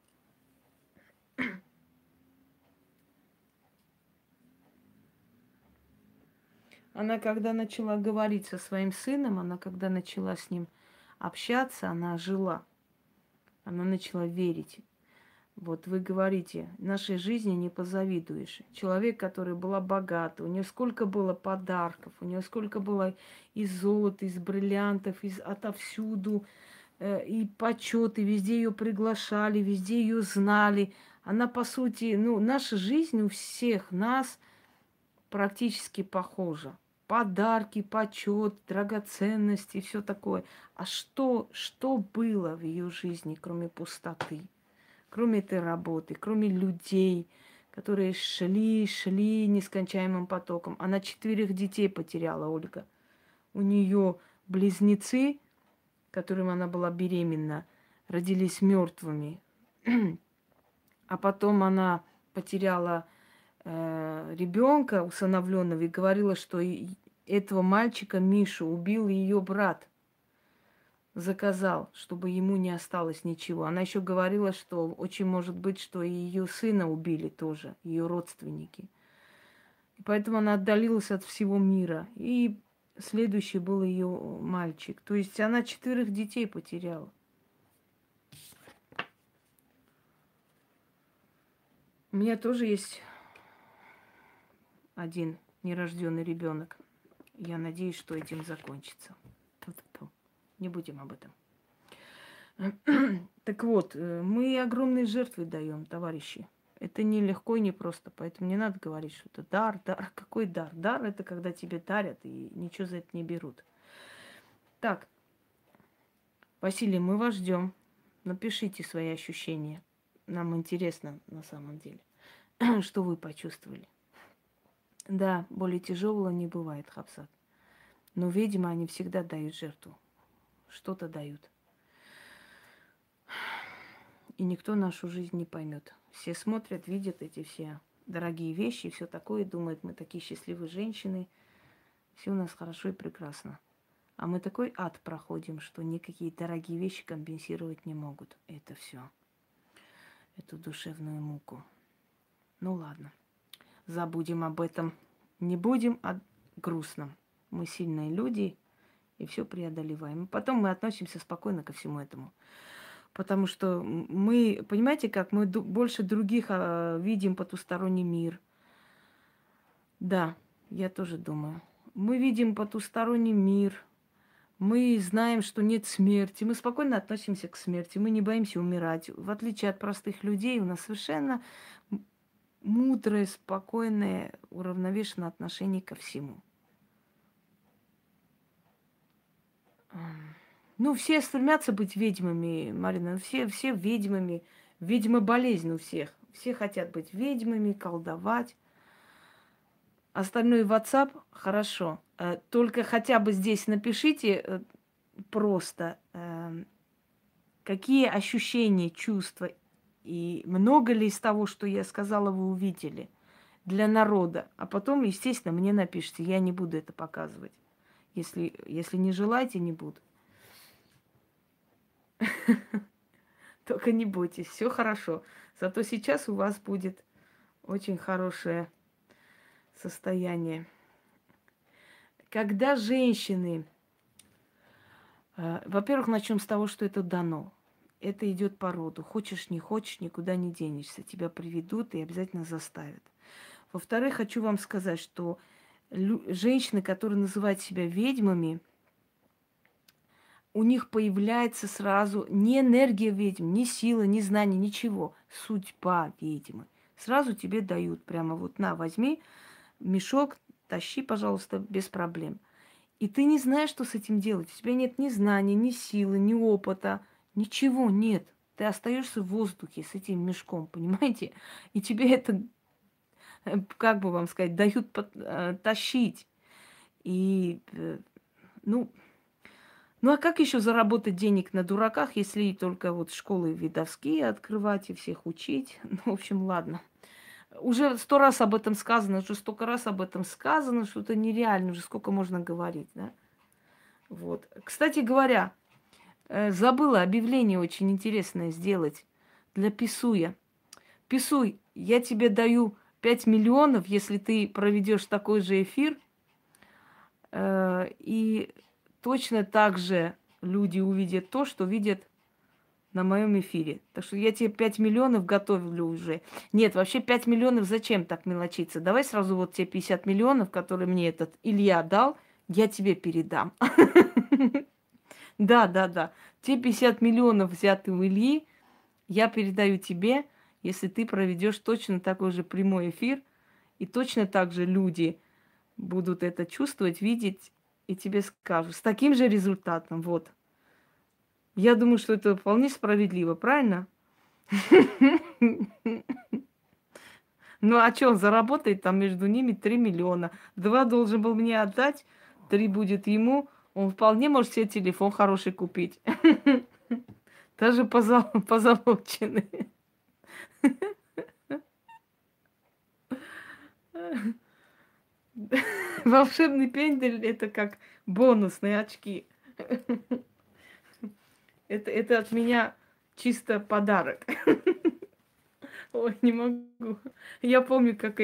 Она когда начала говорить со своим сыном, она когда начала с ним общаться, она жила. Она начала верить. Вот вы говорите, нашей жизни не позавидуешь. Человек, который была богата, у нее сколько было подарков, у нее сколько было из золота, из бриллиантов, из отовсюду, и почеты, везде ее приглашали, везде ее знали. Она, по сути, наша жизнь у всех нас практически похожа. Подарки, почет, драгоценности, все такое. А что было в ее жизни, кроме пустоты? Кроме этой работы, кроме людей, которые шли нескончаемым потоком. Она 4 детей потеряла, Ольга. У нее близнецы, которым она была беременна, родились мертвыми. А потом она потеряла ребенка усыновленного и говорила, что этого мальчика Мишу убил ее брат. Заказал, чтобы ему не осталось ничего. Она еще говорила, что очень может быть, что и ее сына убили тоже, ее родственники. И поэтому она отдалилась от всего мира. И следующий был ее мальчик. То есть она 4 детей потеряла. У меня тоже есть один нерожденный ребенок. Я надеюсь, что этим закончится. Не будем об этом. Так вот, мы огромные жертвы даем, товарищи. Это нелегко и не просто, поэтому не надо говорить, что это дар. Какой дар? Дар – это когда тебе дарят и ничего за это не берут. Так, Василий, мы вас ждем. Напишите свои ощущения. Нам интересно на самом деле, что вы почувствовали. Да, более тяжелого не бывает, Хабсат. Но, видимо, они всегда дают жертву. Что-то дают. И никто нашу жизнь не поймет. Все смотрят, видят эти все дорогие вещи и все такое, думают, мы такие счастливые женщины, все у нас хорошо и прекрасно. А мы такой ад проходим, что никакие дорогие вещи компенсировать не могут. Это все. Эту душевную муку. Ну ладно. Забудем об этом. Не будем о грустном. Мы сильные люди и все преодолеваем. Потом мы относимся спокойно ко всему этому. Потому что мы, понимаете, как мы больше других видим потусторонний мир. Да, я тоже думаю. Мы видим потусторонний мир. Мы знаем, что нет смерти. Мы спокойно относимся к смерти. Мы не боимся умирать. В отличие от простых людей, у нас совершенно мудрое, спокойное, уравновешенное отношение ко всему. Все стремятся быть ведьмами, Марина. Все ведьмами. Ведьма болезнь у всех. Все хотят быть ведьмами, колдовать. Остальное WhatsApp хорошо. Только хотя бы здесь напишите просто, какие ощущения, чувства и много ли из того, что я сказала, вы увидели для народа. А потом, естественно, мне напишите. Я не буду это показывать. Если не желаете, не буду. Только не бойтесь, все хорошо. Зато сейчас у вас будет очень хорошее состояние. Когда женщины, во-первых, начнем с того, что это дано. Это идет по роду. Хочешь, не хочешь, никуда не денешься. Тебя приведут и обязательно заставят. Во-вторых, хочу вам сказать, что женщины, которые называют себя ведьмами, у них появляется сразу не энергия ведьм, ни сила, ни знание, ничего. Судьба ведьмы. Сразу тебе дают прямо вот на, возьми мешок, тащи, пожалуйста, без проблем. И ты не знаешь, что с этим делать. У тебя нет ни знания, ни силы, ни опыта. Ничего нет. Ты остаешься в воздухе с этим мешком, понимаете? И тебе это, как бы вам сказать, дают тащить. И, ну, а как еще заработать денег на дураках, если только вот школы видовские открывать и всех учить? Ну, в общем, ладно. Уже 100 раз об этом сказано, уже столько раз об этом сказано, что это нереально, уже сколько можно говорить, да? Вот. Кстати говоря, забыла объявление очень интересное сделать для Писуя. Писуй, я тебе даю 5 миллионов, если ты проведешь такой же эфир, и точно так же люди увидят то, что видят на моем эфире. Так что я тебе 5 миллионов готовлю уже. Нет, вообще 5 миллионов зачем так мелочиться? Давай сразу вот те 50 миллионов, которые мне этот Илья дал, я тебе передам. Да. Те 50 миллионов, взятые у Ильи, я передаю тебе, если ты проведешь точно такой же прямой эфир, и точно так же люди будут это чувствовать, видеть, и тебе скажут. С таким же результатом, вот. Я думаю, что это вполне справедливо, правильно? Ну, а что, он заработает там между ними 3 миллиона. 2 должен был мне отдать, 3 будет ему. Он вполне может себе телефон хороший купить. Даже позолоченный. Волшебный пендель – это как бонусные очки. Это от меня чисто подарок. Ой, не могу. Я помню, как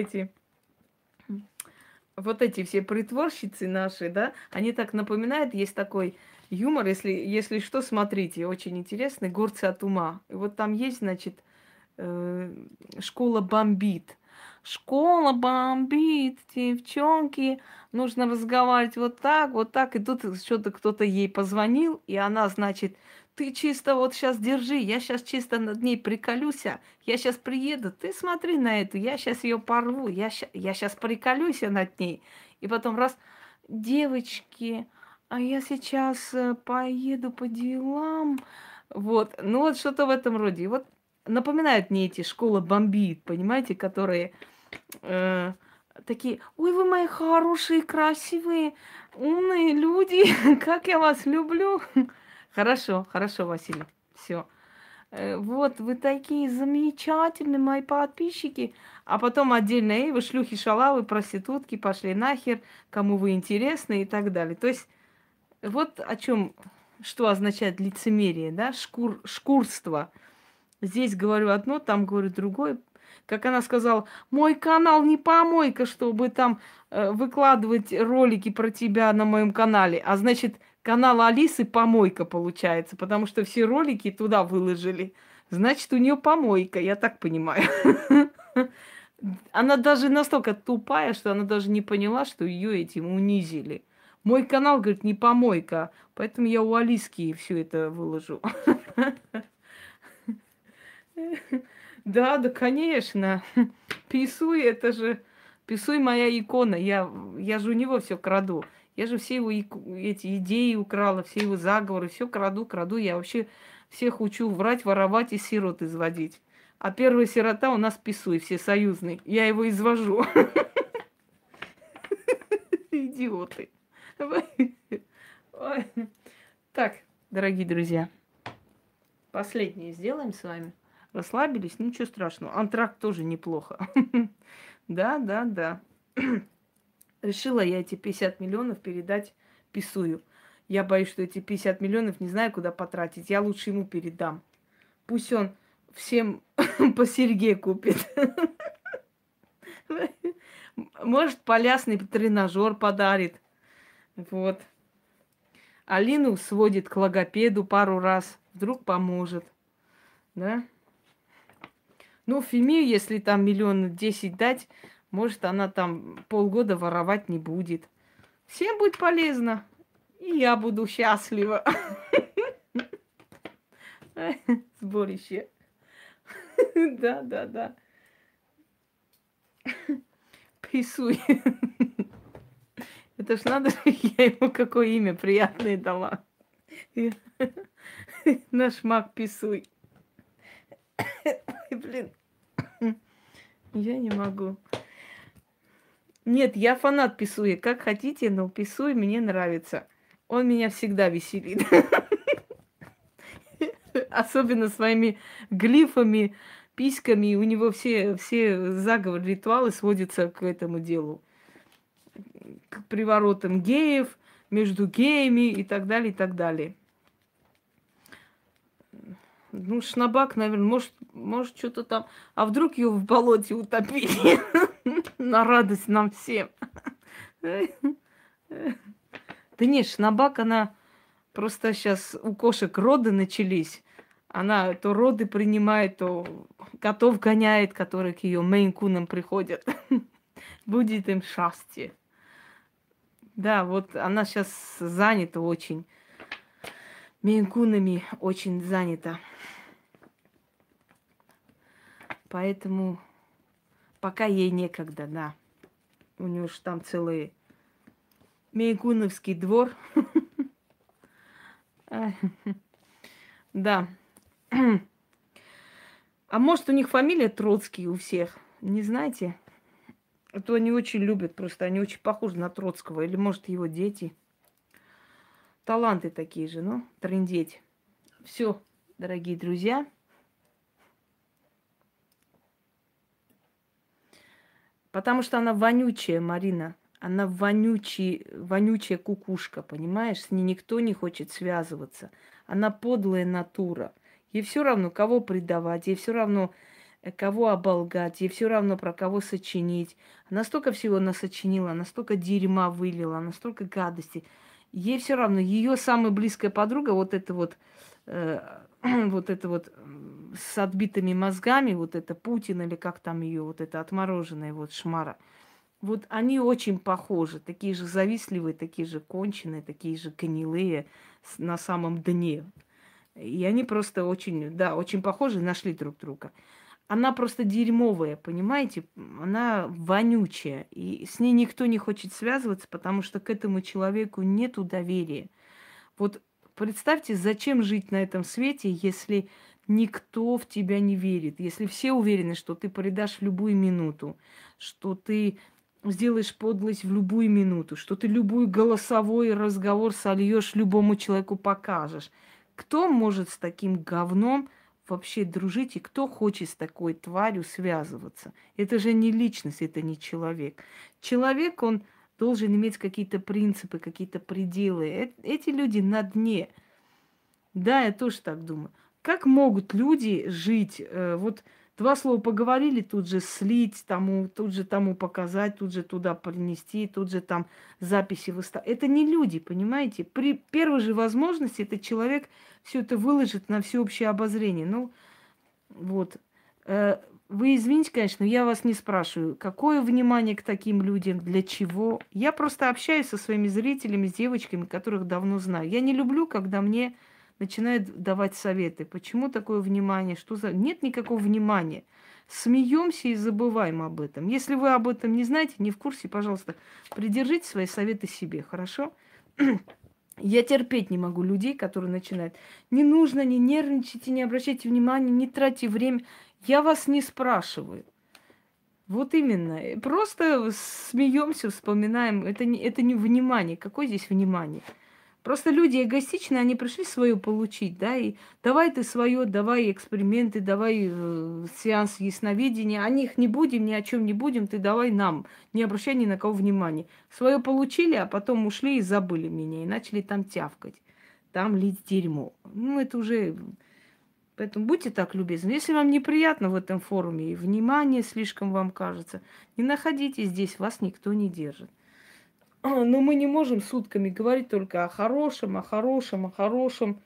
вот эти все притворщицы наши, да, они так напоминают, есть такой юмор, если что, смотрите, очень интересный, «Горцы от ума». И вот там есть, значит, школа бомбит. Школа бомбит, девчонки, нужно разговаривать вот так. И тут что-то кто-то ей позвонил, и она, значит, ты чисто вот сейчас держи, я сейчас чисто над ней приколюсь, я сейчас приеду, ты смотри на эту, я сейчас ее порву, я сейчас приколюсь над ней. И потом раз, девочки, а я сейчас поеду по делам. Вот, ну вот что-то в этом роде. И вот напоминают мне эти школа бомбит, понимаете, которые такие, ой, вы мои хорошие, красивые, умные люди, как я вас люблю. Хорошо, Василий, все. Вот, вы такие замечательные, мои подписчики. А потом отдельно, эй, вы шлюхи, шалавы, проститутки, пошли нахер, кому вы интересны и так далее. То есть вот о чем, что означает лицемерие, да, шкурство. Здесь говорю одно, там говорю другое. Как она сказала, мой канал не помойка, чтобы там выкладывать ролики про тебя на моем канале. А значит, канал Алисы помойка получается, потому что все ролики туда выложили. Значит, у нее помойка, я так понимаю. Она даже настолько тупая, что она даже не поняла, что ее этим унизили. Мой канал, говорит, не помойка, поэтому я у Алиски все это выложу. Да, конечно. Писуй, это же... Писуй моя икона. Я же у него все краду. Я же все его эти идеи украла, все его заговоры, все краду. Я вообще всех учу врать, воровать и сирот изводить. А первая сирота у нас Писуй, всесоюзный. Я его извожу. идиоты. Ой. Так, дорогие друзья, последнее сделаем с вами. Расслабились, ничего страшного. Антракт тоже неплохо. Да, да, да. Решила я эти 50 миллионов передать Писую. Я боюсь, что эти 50 миллионов не знаю, куда потратить. Я лучше ему передам. Пусть он всем по серьге купит. Может, полясный тренажер подарит. Вот. Алину сводит к логопеду пару раз. Вдруг поможет. Да? Ну, Фемию, если там 10 дать, может, она там полгода воровать не будет. Всем будет полезно. И я буду счастлива. Сборище. Да, да, да. Писуй. Это ж надо, я ему какое имя приятное дала. Наш маг Писуй. Блин. Я не могу. Нет, я фанат Писуя. Как хотите, но Писуй мне нравится. Он меня всегда веселит. Особенно своими глифами, письками. У него все заговоры, ритуалы сводятся к этому делу. К приворотам геев, между геями и так далее, и так далее. Ну, Шнабак, наверное, может что-то там... А вдруг ее в болоте утопили? На радость нам всем. Да нет, Шнабак, она... Просто сейчас у кошек роды начались. Она то роды принимает, то котов гоняет, которые к ее мейн-кунам приходят. Будет им счастье. Да, вот она сейчас занята очень. Мейн-кунами очень занята. Поэтому пока ей некогда, да. У нее же там целый мейн-куновский двор. Да. А может, у них фамилия Троцкий у всех? Не знаете? А то они очень любят просто. Они очень похожи на Троцкого. Или, может, его дети. Таланты такие же, ну, трындеть. Все, дорогие друзья. Потому что она вонючая, Марина. Она вонючая кукушка, понимаешь? С ней никто не хочет связываться. Она подлая натура. Ей все равно, кого предавать, ей все равно, кого оболгать, ей все равно, про кого сочинить. Она столько всего насочинила, она столько дерьма вылила, она столько гадостей. Ей все равно, ее самая близкая подруга, вот эта вот, вот эта вот с отбитыми мозгами, вот это Путин или как там ее, вот эта отмороженная вот шмара. Вот они очень похожи, такие же завистливые, такие же конченые, такие же гнилые на самом дне. И они просто очень, да, очень похожи, нашли друг друга. Она просто дерьмовая, понимаете? Она вонючая. И с ней никто не хочет связываться, потому что к этому человеку нету доверия. Вот представьте, зачем жить на этом свете, если никто в тебя не верит, если все уверены, что ты предашь в любую минуту, что ты сделаешь подлость в любую минуту, что ты любой голосовой разговор сольешь, любому человеку покажешь. Кто может с таким говном вообще дружить, и кто хочет с такой тварью связываться? Это же не личность, это не человек. Человек, он должен иметь какие-то принципы, какие-то пределы. Эти люди на дне. Да, я тоже так думаю. Как могут люди жить? Вот два слова поговорили, тут же слить, тому, тут же тому показать, тут же туда принести, тут же там записи выставить. Это не люди, понимаете? При первой же возможности этот человек все это выложит на всеобщее обозрение. Ну, вот. Вы извините, конечно, я вас не спрашиваю, какое внимание к таким людям, для чего. Я просто общаюсь со своими зрителями, с девочками, которых давно знаю. Я не люблю, когда мне начинают давать советы. Почему такое внимание? Что за... Нет никакого внимания. Смеемся и забываем об этом. Если вы об этом не знаете, не в курсе, пожалуйста, придержите свои советы себе, хорошо? Я терпеть не могу людей, которые начинают. Не нужно, не нервничайте, не обращайте внимания, не тратьте время. Я вас не спрашиваю. Вот именно. Просто смеемся, вспоминаем. Это не внимание. Какое здесь внимание? Просто люди эгоистичные, они пришли свое получить, да, и давай ты свое, давай эксперименты, давай сеанс ясновидения, о них не будем, ни о чем не будем, ты давай нам, не обращай ни на кого внимания. Свое получили, а потом ушли и забыли меня, и начали там тявкать, там лить дерьмо. Ну, это уже... Поэтому будьте так любезны. Если вам неприятно в этом форуме, и внимание слишком вам кажется, не находитесь здесь, вас никто не держит. Но мы не можем сутками говорить только о хорошем, о хорошем, о хорошем.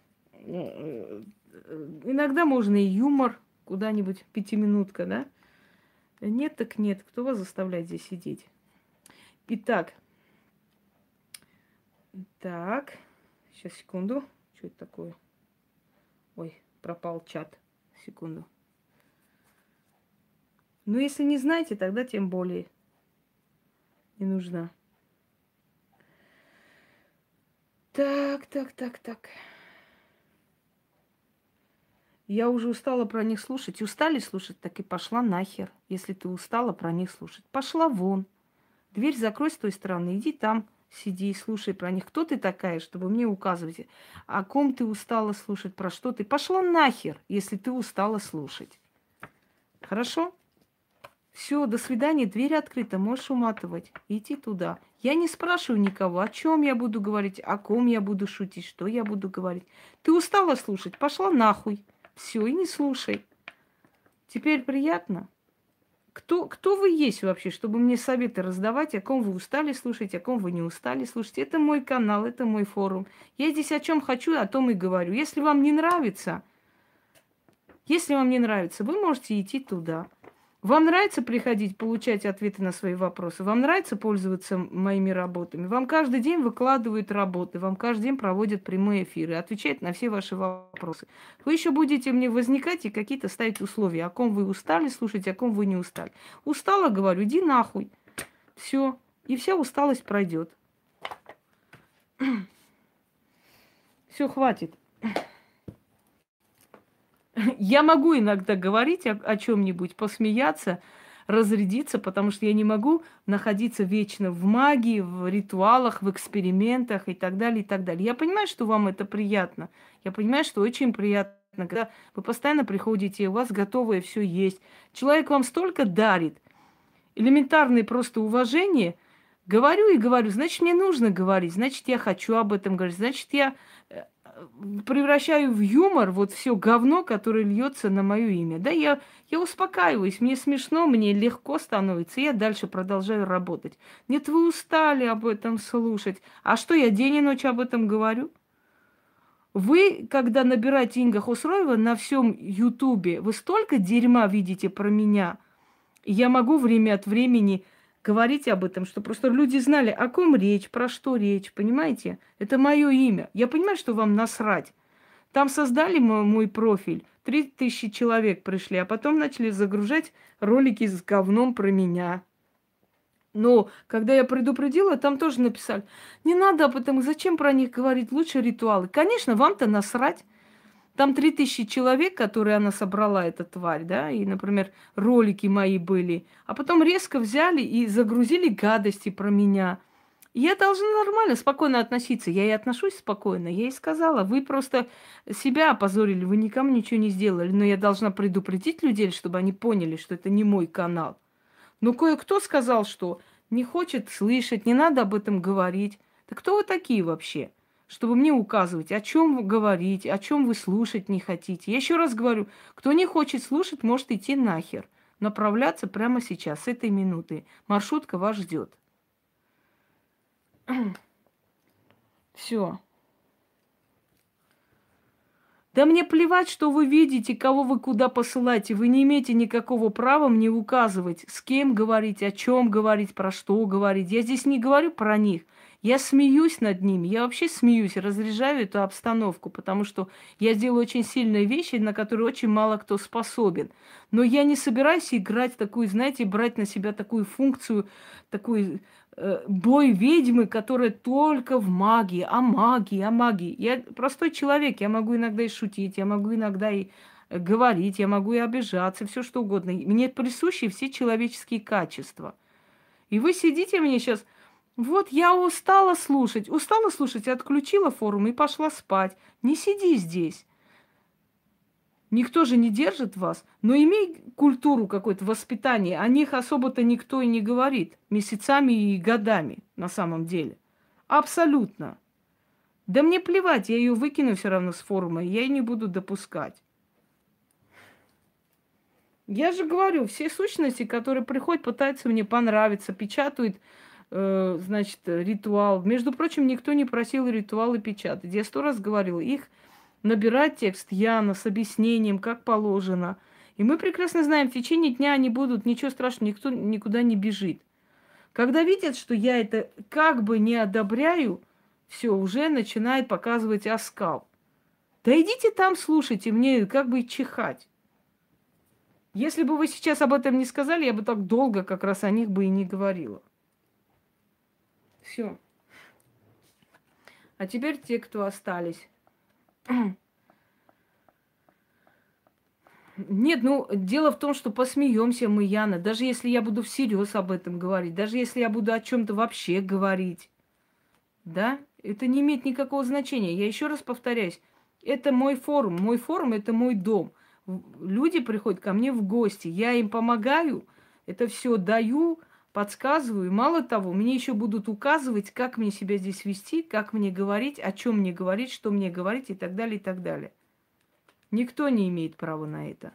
Иногда можно и юмор, куда-нибудь пятиминутка, да? Нет, так нет. Кто вас заставляет здесь сидеть? Итак. Так. Сейчас, секунду. Что это такое? Ой, пропал чат. Секунду. Ну, если не знаете, тогда тем более не нужна. Так. Я уже устала про них слушать. Устали слушать, так и пошла нахер. Если ты устала про них слушать. Пошла вон. Дверь закрой с той стороны. Иди там, сиди и слушай про них. Кто ты такая, чтобы мне указывать? О ком ты устала слушать, про что ты? Пошла нахер, если ты устала слушать. Хорошо? Все, до свидания, дверь открыта, можешь уматывать. Иди туда. Я не спрашиваю никого, о чем я буду говорить, о ком я буду шутить, что я буду говорить. Ты устала слушать, пошла нахуй. Все, и не слушай. Теперь приятно? Кто вы есть вообще, чтобы мне советы раздавать, о ком вы устали слушать, о ком вы не устали слушать? Это мой канал, это мой форум. Я здесь о чем хочу, о том и говорю. Если вам не нравится, вы можете идти туда. Вам нравится приходить, получать ответы на свои вопросы? Вам нравится пользоваться моими работами? Вам каждый день выкладывают работы, вам каждый день проводят прямые эфиры, отвечают на все ваши вопросы. Вы еще будете мне возникать и какие-то ставить условия, о ком вы устали слушать, о ком вы не устали. Устала, говорю, иди нахуй. Все. И вся усталость пройдет. Все, хватит. Я могу иногда говорить о чем-нибудь, посмеяться, разрядиться, потому что я не могу находиться вечно в магии, в ритуалах, в экспериментах и так далее, и так далее. Я понимаю, что вам это приятно. Я понимаю, что очень приятно, когда вы постоянно приходите, у вас готовое все есть. Человек вам столько дарит. Элементарное просто уважение. Говорю и говорю, значит, мне нужно говорить, значит, я хочу об этом говорить, значит, я превращаю в юмор вот все говно, которое льется на мое имя. Да, я успокаиваюсь, мне смешно, мне легко становится, и я дальше продолжаю работать. Нет, вы устали об этом слушать. А что, я день и ночь об этом говорю? Вы, когда набираете Инга Хусроева на всем Ютубе, вы столько дерьма видите про меня. И я могу время от времени говорить об этом, что просто люди знали, о ком речь, про что речь, понимаете? Это мое имя. Я понимаю, что вам насрать. Там создали мой профиль, 3000 человек пришли, а потом начали загружать ролики с говном про меня. Но когда я предупредила, там тоже написали, не надо об этом, зачем про них говорить, лучше ритуалы. Конечно, вам-то насрать. Там 3000 человек, которые она собрала, эта тварь, да, и, например, ролики мои были. А потом резко взяли и загрузили гадости про меня. Я должна нормально, спокойно относиться. Я и отношусь спокойно. Я ей сказала, вы просто себя опозорили, вы никому ничего не сделали. Но я должна предупредить людей, чтобы они поняли, что это не мой канал. Но кое-кто сказал, что не хочет слышать, не надо об этом говорить. Да кто вы такие вообще? Чтобы мне указывать, о чем вы говорите, о чем вы слушать не хотите. Я еще раз говорю, кто не хочет слушать, может идти нахер. Направляться прямо сейчас, с этой минуты. Маршрутка вас ждет. Все. Да мне плевать, что вы видите, кого вы куда посылаете. Вы не имеете никакого права мне указывать, с кем говорить, о чем говорить, про что говорить. Я здесь не говорю про них. Я смеюсь над ними, я вообще смеюсь, разряжаю эту обстановку, потому что я делаю очень сильные вещи, на которые очень мало кто способен. Но я не собираюсь играть такую, знаете, брать на себя такую функцию, такой бой ведьмы, которая только в магии, о магии, о магии. Я простой человек, я могу иногда и шутить, я могу иногда и говорить, я могу и обижаться, все что угодно. Мне присущи все человеческие качества. И вы сидите мне сейчас, вот я устала слушать, отключила форум и пошла спать. Не сиди здесь. Никто же не держит вас, но имей культуру какое-то, воспитание. О них особо-то никто и не говорит месяцами и годами на самом деле. Абсолютно. Да мне плевать, я ее выкину все равно с форума, я ее не буду допускать. Я же говорю, все сущности, которые приходят, пытаются мне понравиться, печатают, значит, ритуал. Между прочим, никто не просил ритуалы печатать. Я 100 раз говорила, их набирать текст Яна с объяснением, как положено. И мы прекрасно знаем, в течение дня они будут, ничего страшного, никто никуда не бежит. Когда видят, что я это как бы не одобряю, все, уже начинает показывать оскал. Да идите там, слушайте, мне как бы чихать. Если бы вы сейчас об этом не сказали, я бы так долго как раз о них бы и не говорила. Все. А теперь те, кто остались. Нет, ну, дело в том, что посмеемся мы, Яна, даже если я буду всерьез об этом говорить, даже если я буду о чем-то вообще говорить, да, это не имеет никакого значения. Я еще раз повторяюсь, это мой форум это мой дом. Люди приходят ко мне в гости, я им помогаю, это все даю, подсказываю. Мало того, мне еще будут указывать, как мне себя здесь вести, как мне говорить, о чем мне говорить, что мне говорить и так далее, и так далее. Никто не имеет права на это.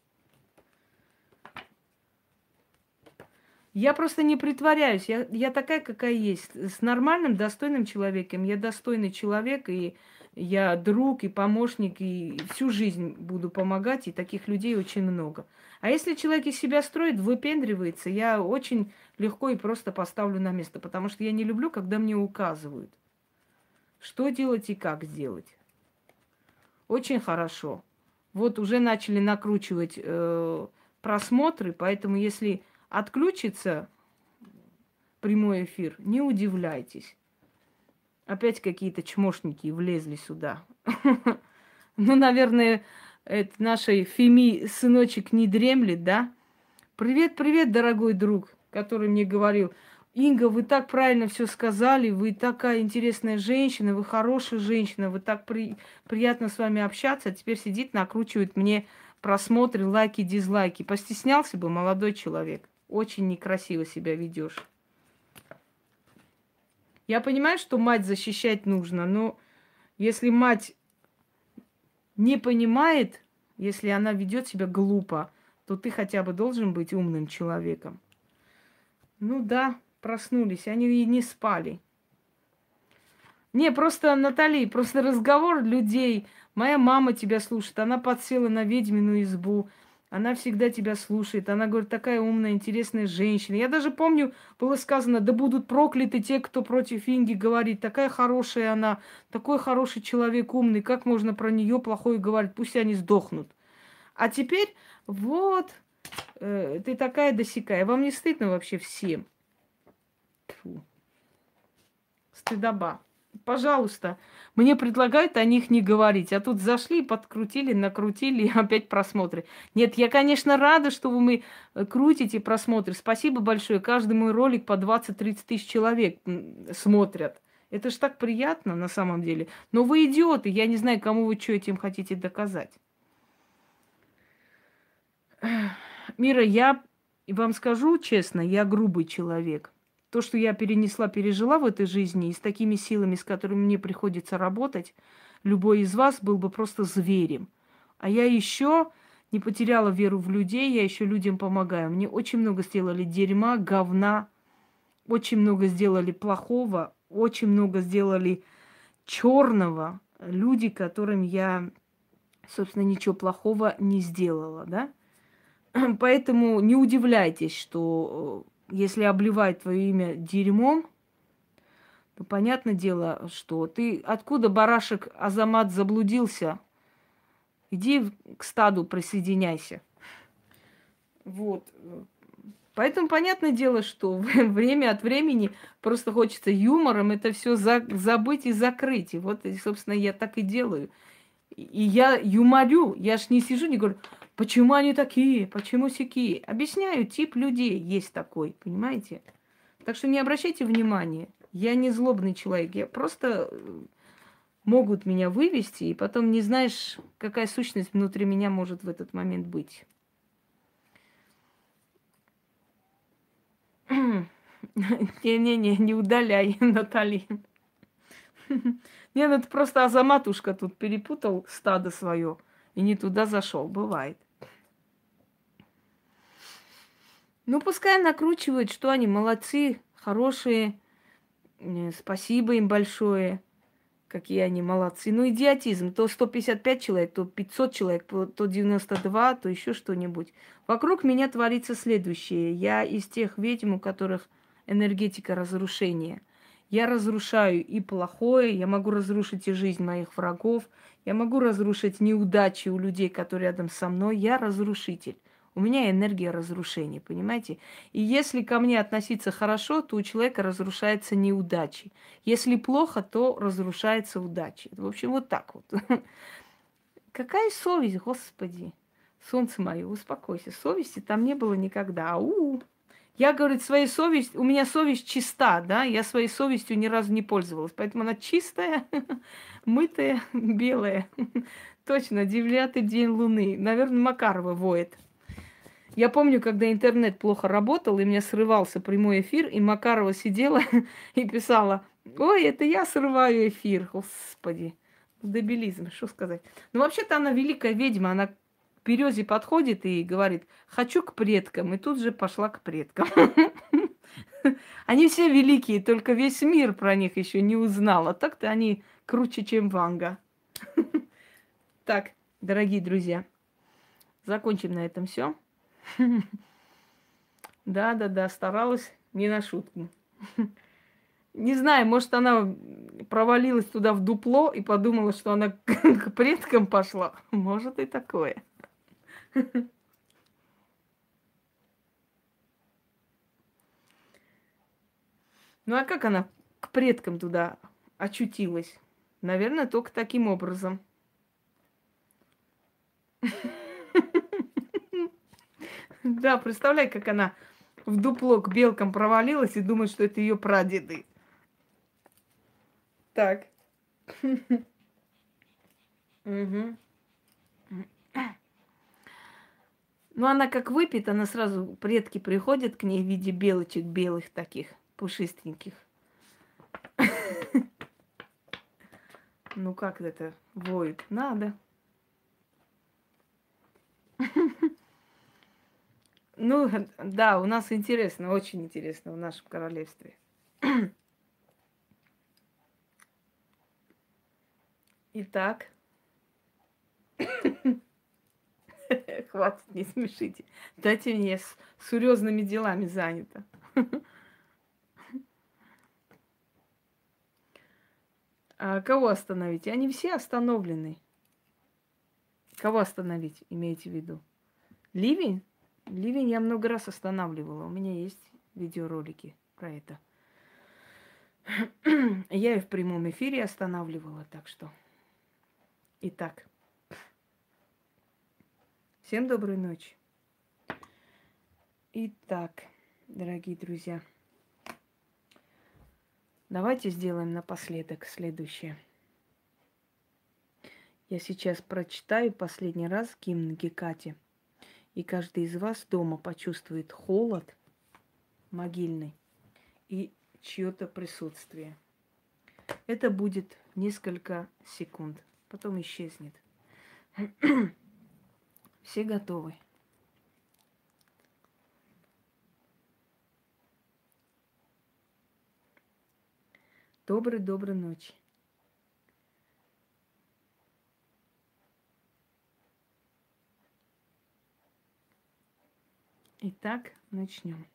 Я просто не притворяюсь. Я такая, какая есть. С нормальным, достойным человеком. Я достойный человек, и я друг, и помощник, и всю жизнь буду помогать, и таких людей очень много. А если человек из себя строит, выпендривается, я очень легко и просто поставлю на место, потому что я не люблю, когда мне указывают, что делать и как сделать. Очень хорошо. Вот уже начали накручивать просмотры, поэтому если отключится прямой эфир, не удивляйтесь. Опять какие-то чмошники влезли сюда. Ну, наверное, это нашей Феми сыночек не дремлет, да? Привет, привет, дорогой друг, который мне говорил: Инга, вы так правильно все сказали, вы такая интересная женщина, вы хорошая женщина, вы так приятно с вами общаться. А теперь сидит, накручивает мне просмотры, лайки, дизлайки. Постеснялся бы, молодой человек. Очень некрасиво себя ведешь. Я понимаю, что мать защищать нужно, но если мать не понимает, если она ведет себя глупо, то ты хотя бы должен быть умным человеком. Ну да, проснулись, они и не спали. Не, просто, Натали, просто разговор людей. Моя мама тебя слушает, она подсела на ведьмину избу. Она всегда тебя слушает. Она говорит, такая умная, интересная женщина. Я даже помню, было сказано, да будут прокляты те, кто против Инги говорит. Такая хорошая она, такой хороший человек, умный. Как можно про нее плохое говорить? Пусть они сдохнут. А теперь вот, ты такая досекая. Вам не стыдно вообще всем? Тьфу. Стыдоба. Пожалуйста, мне предлагают о них не говорить, а тут зашли, подкрутили, накрутили, и опять просмотры. Нет, я, конечно, рада, что вы крутите просмотры. Спасибо большое. Каждый мой ролик по 20-30 тысяч человек смотрят. Это ж так приятно на самом деле. Но вы идиоты, я не знаю, кому вы что этим хотите доказать. Мира, я вам скажу честно, я грубый человек. То, что я пережила в этой жизни, и с такими силами, с которыми мне приходится работать, любой из вас был бы просто зверем. А я еще не потеряла веру в людей, я еще людям помогаю. Мне очень много сделали дерьма, говна, очень много сделали плохого, очень много сделали черного. Люди, которым я, собственно, ничего плохого не сделала, да? Поэтому не удивляйтесь, что если обливать твое имя дерьмом, то понятное дело, что ты откуда, барашек Азамат, заблудился? Иди к стаду присоединяйся. Вот. Поэтому понятное дело, что время от времени просто хочется юмором это все забыть и закрыть. И вот, собственно, я так и делаю. И я юморю, я ж не сижу, не говорю, почему они такие, почему сякие. Объясняю, тип людей есть такой, понимаете? Так что не обращайте внимания. Я не злобный человек, я просто могут меня вывести, и потом не знаешь, какая сущность внутри меня может в этот момент быть. Не-не-не, не удаляй, Натали. Не, ну это просто Азаматушка тут перепутал стадо свое и не туда зашел. Бывает. Ну, пускай накручивают, что они молодцы, хорошие. Спасибо им большое. Какие они молодцы. Ну, идиотизм. То 155 человек, то 500 человек, то 92, то еще что-нибудь. Вокруг меня творится следующее. Я из тех ведьм, у которых энергетика разрушения. Я разрушаю и плохое, я могу разрушить и жизнь моих врагов, я могу разрушить неудачи у людей, которые рядом со мной. Я разрушитель. У меня энергия разрушения, понимаете? И если ко мне относиться хорошо, то у человека разрушаются неудачи. Если плохо, то разрушается удача. В общем, вот так вот. Какая совесть, Господи. Солнце мое, успокойся. Совести там не было никогда. Ау. Я, говорит, своей совесть, у меня совесть чиста, да, я своей совестью ни разу не пользовалась. Поэтому она чистая, мытая, белая. Точно, 9-й день Луны. Наверное, Макарова воет. Я помню, когда интернет плохо работал, и у меня срывался прямой эфир, и Макарова сидела и писала: ой, это я срываю эфир. Господи, дебилизм, что сказать. Ну, вообще-то она великая ведьма, она к березе подходит и говорит: хочу к предкам, и тут же пошла к предкам. Они все великие, только весь мир про них еще не узнал. А так-то они круче, чем Ванга. Так, дорогие друзья, закончим на этом все. Да, старалась не на шутку. Не знаю, может, она провалилась туда в дупло и подумала, что она к предкам пошла. Может и такое. Ну а как она к предкам туда очутилась? Наверное, только таким образом. Да, представляй, как она в дупло к белкам провалилась и думает, что это ее прадеды. Так. Угу. Ну, она как выпьет, она сразу, предки приходят к ней в виде белочек белых таких, пушистеньких. Ну, как это воет? Надо. Ну, да, у нас интересно, очень интересно в нашем королевстве. Итак, хватит, не смешите. Дайте мне, я с серьезными делами занята. А кого остановить? Они все остановлены. Кого остановить, имеете в виду? Ливень? Ливень я много раз останавливала. У меня есть видеоролики про это. Я и в прямом эфире останавливала, так что. Итак, всем доброй ночи. Итак, дорогие друзья, давайте сделаем напоследок следующее. Я сейчас прочитаю последний раз гимн Гекате, и каждый из вас дома почувствует холод могильный и чье-то присутствие. Это будет несколько секунд, потом исчезнет. Все готовы? Доброй ночи. Итак, начнем.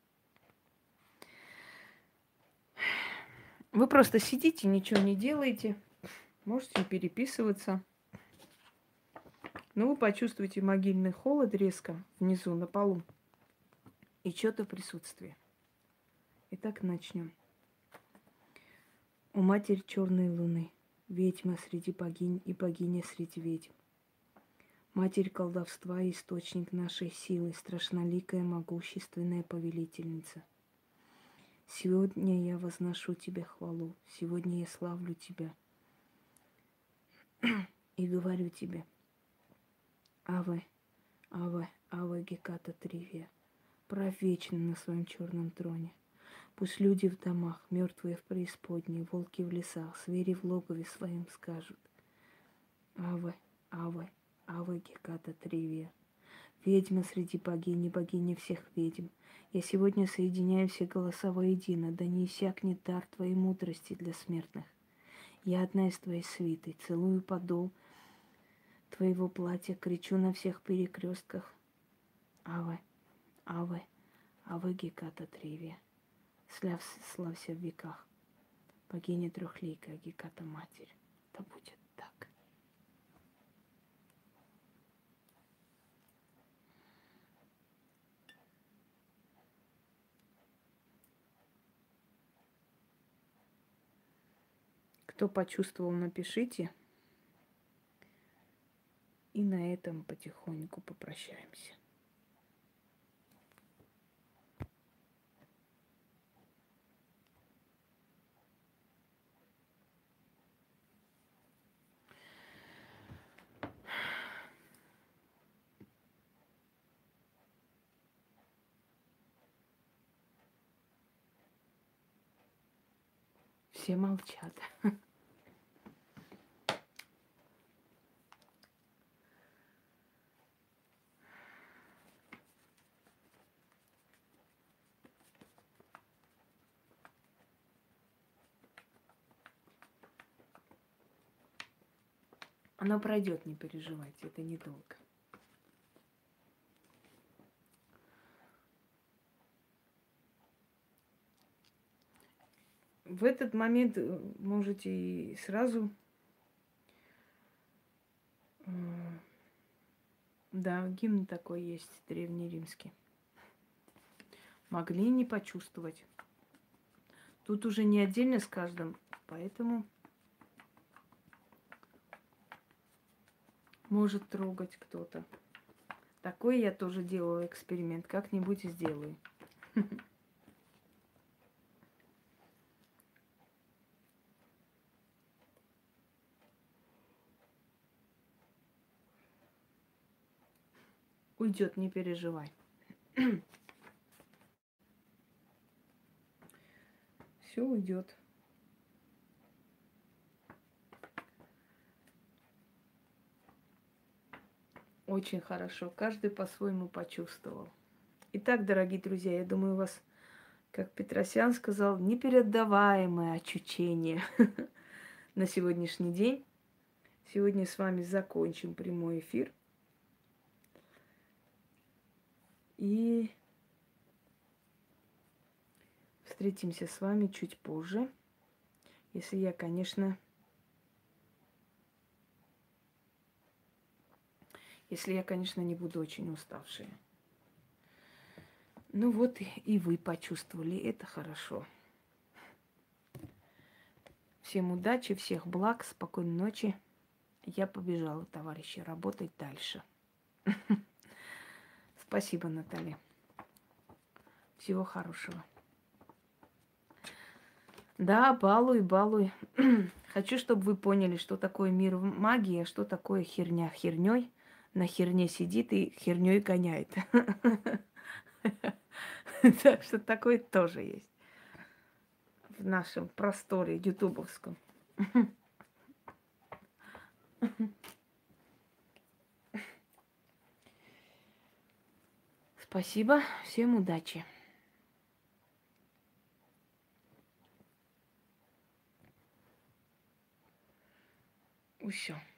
Вы просто сидите, ничего не делаете, можете переписываться. Но вы почувствуете могильный холод резко внизу на полу и что-то присутствие. Итак, начнем. У матери черной луны ведьма среди богинь и богиня среди ведьм. Матерь колдовства и источник нашей силы, страшноликая, могущественная повелительница. Сегодня я возношу тебе хвалу, сегодня я славлю тебя и говорю тебе: Аве, Аве, Аве Геката Тривия, правь вечно на своем черном троне. Пусть люди в домах, мертвые в преисподней, волки в лесах, звери в логове своем скажут: Аве, Аве, Аве Геката Тривия. Ведьма среди богинь и богиня всех ведьм. Я сегодня соединяю все голоса воедино, да не иссякнет дар твоей мудрости для смертных. Я одна из твоей свиты, целую подол твоего платья, кричу на всех перекрестках: Аве, Аве, Аве Геката Тривия. Славься в веках, богиня трехликая, Геката Матерь. Да будет так. Кто почувствовал, напишите. И на этом потихоньку попрощаемся. Все молчат. Оно пройдет, не переживайте, это недолго. В этот момент можете и сразу, да, гимн такой есть, древнеримский. Могли не почувствовать. Тут уже не отдельно с каждым, поэтому может трогать кто-то. Такой я тоже делала эксперимент, как-нибудь сделаю. Уйдет, не переживай. Все уйдет. Очень хорошо. Каждый по-своему почувствовал. Итак, дорогие друзья, я думаю, у вас, как Петросян сказал, непередаваемое ощущение на сегодняшний день. Сегодня с вами закончим прямой эфир. И встретимся с вами чуть позже. Если я, конечно, не буду очень уставшая. Ну вот и вы почувствовали, это хорошо. Всем удачи, всех благ, спокойной ночи. Я побежала, товарищи, работать дальше. Спасибо, Наталья. Всего хорошего. Да, балуй, балуй. Хочу, чтобы вы поняли, что такое мир магии, а что такое херня херней. На херне сидит и херней гоняет. Так что такое тоже есть в нашем просторе ютубовском. Спасибо, всем удачи. Усё.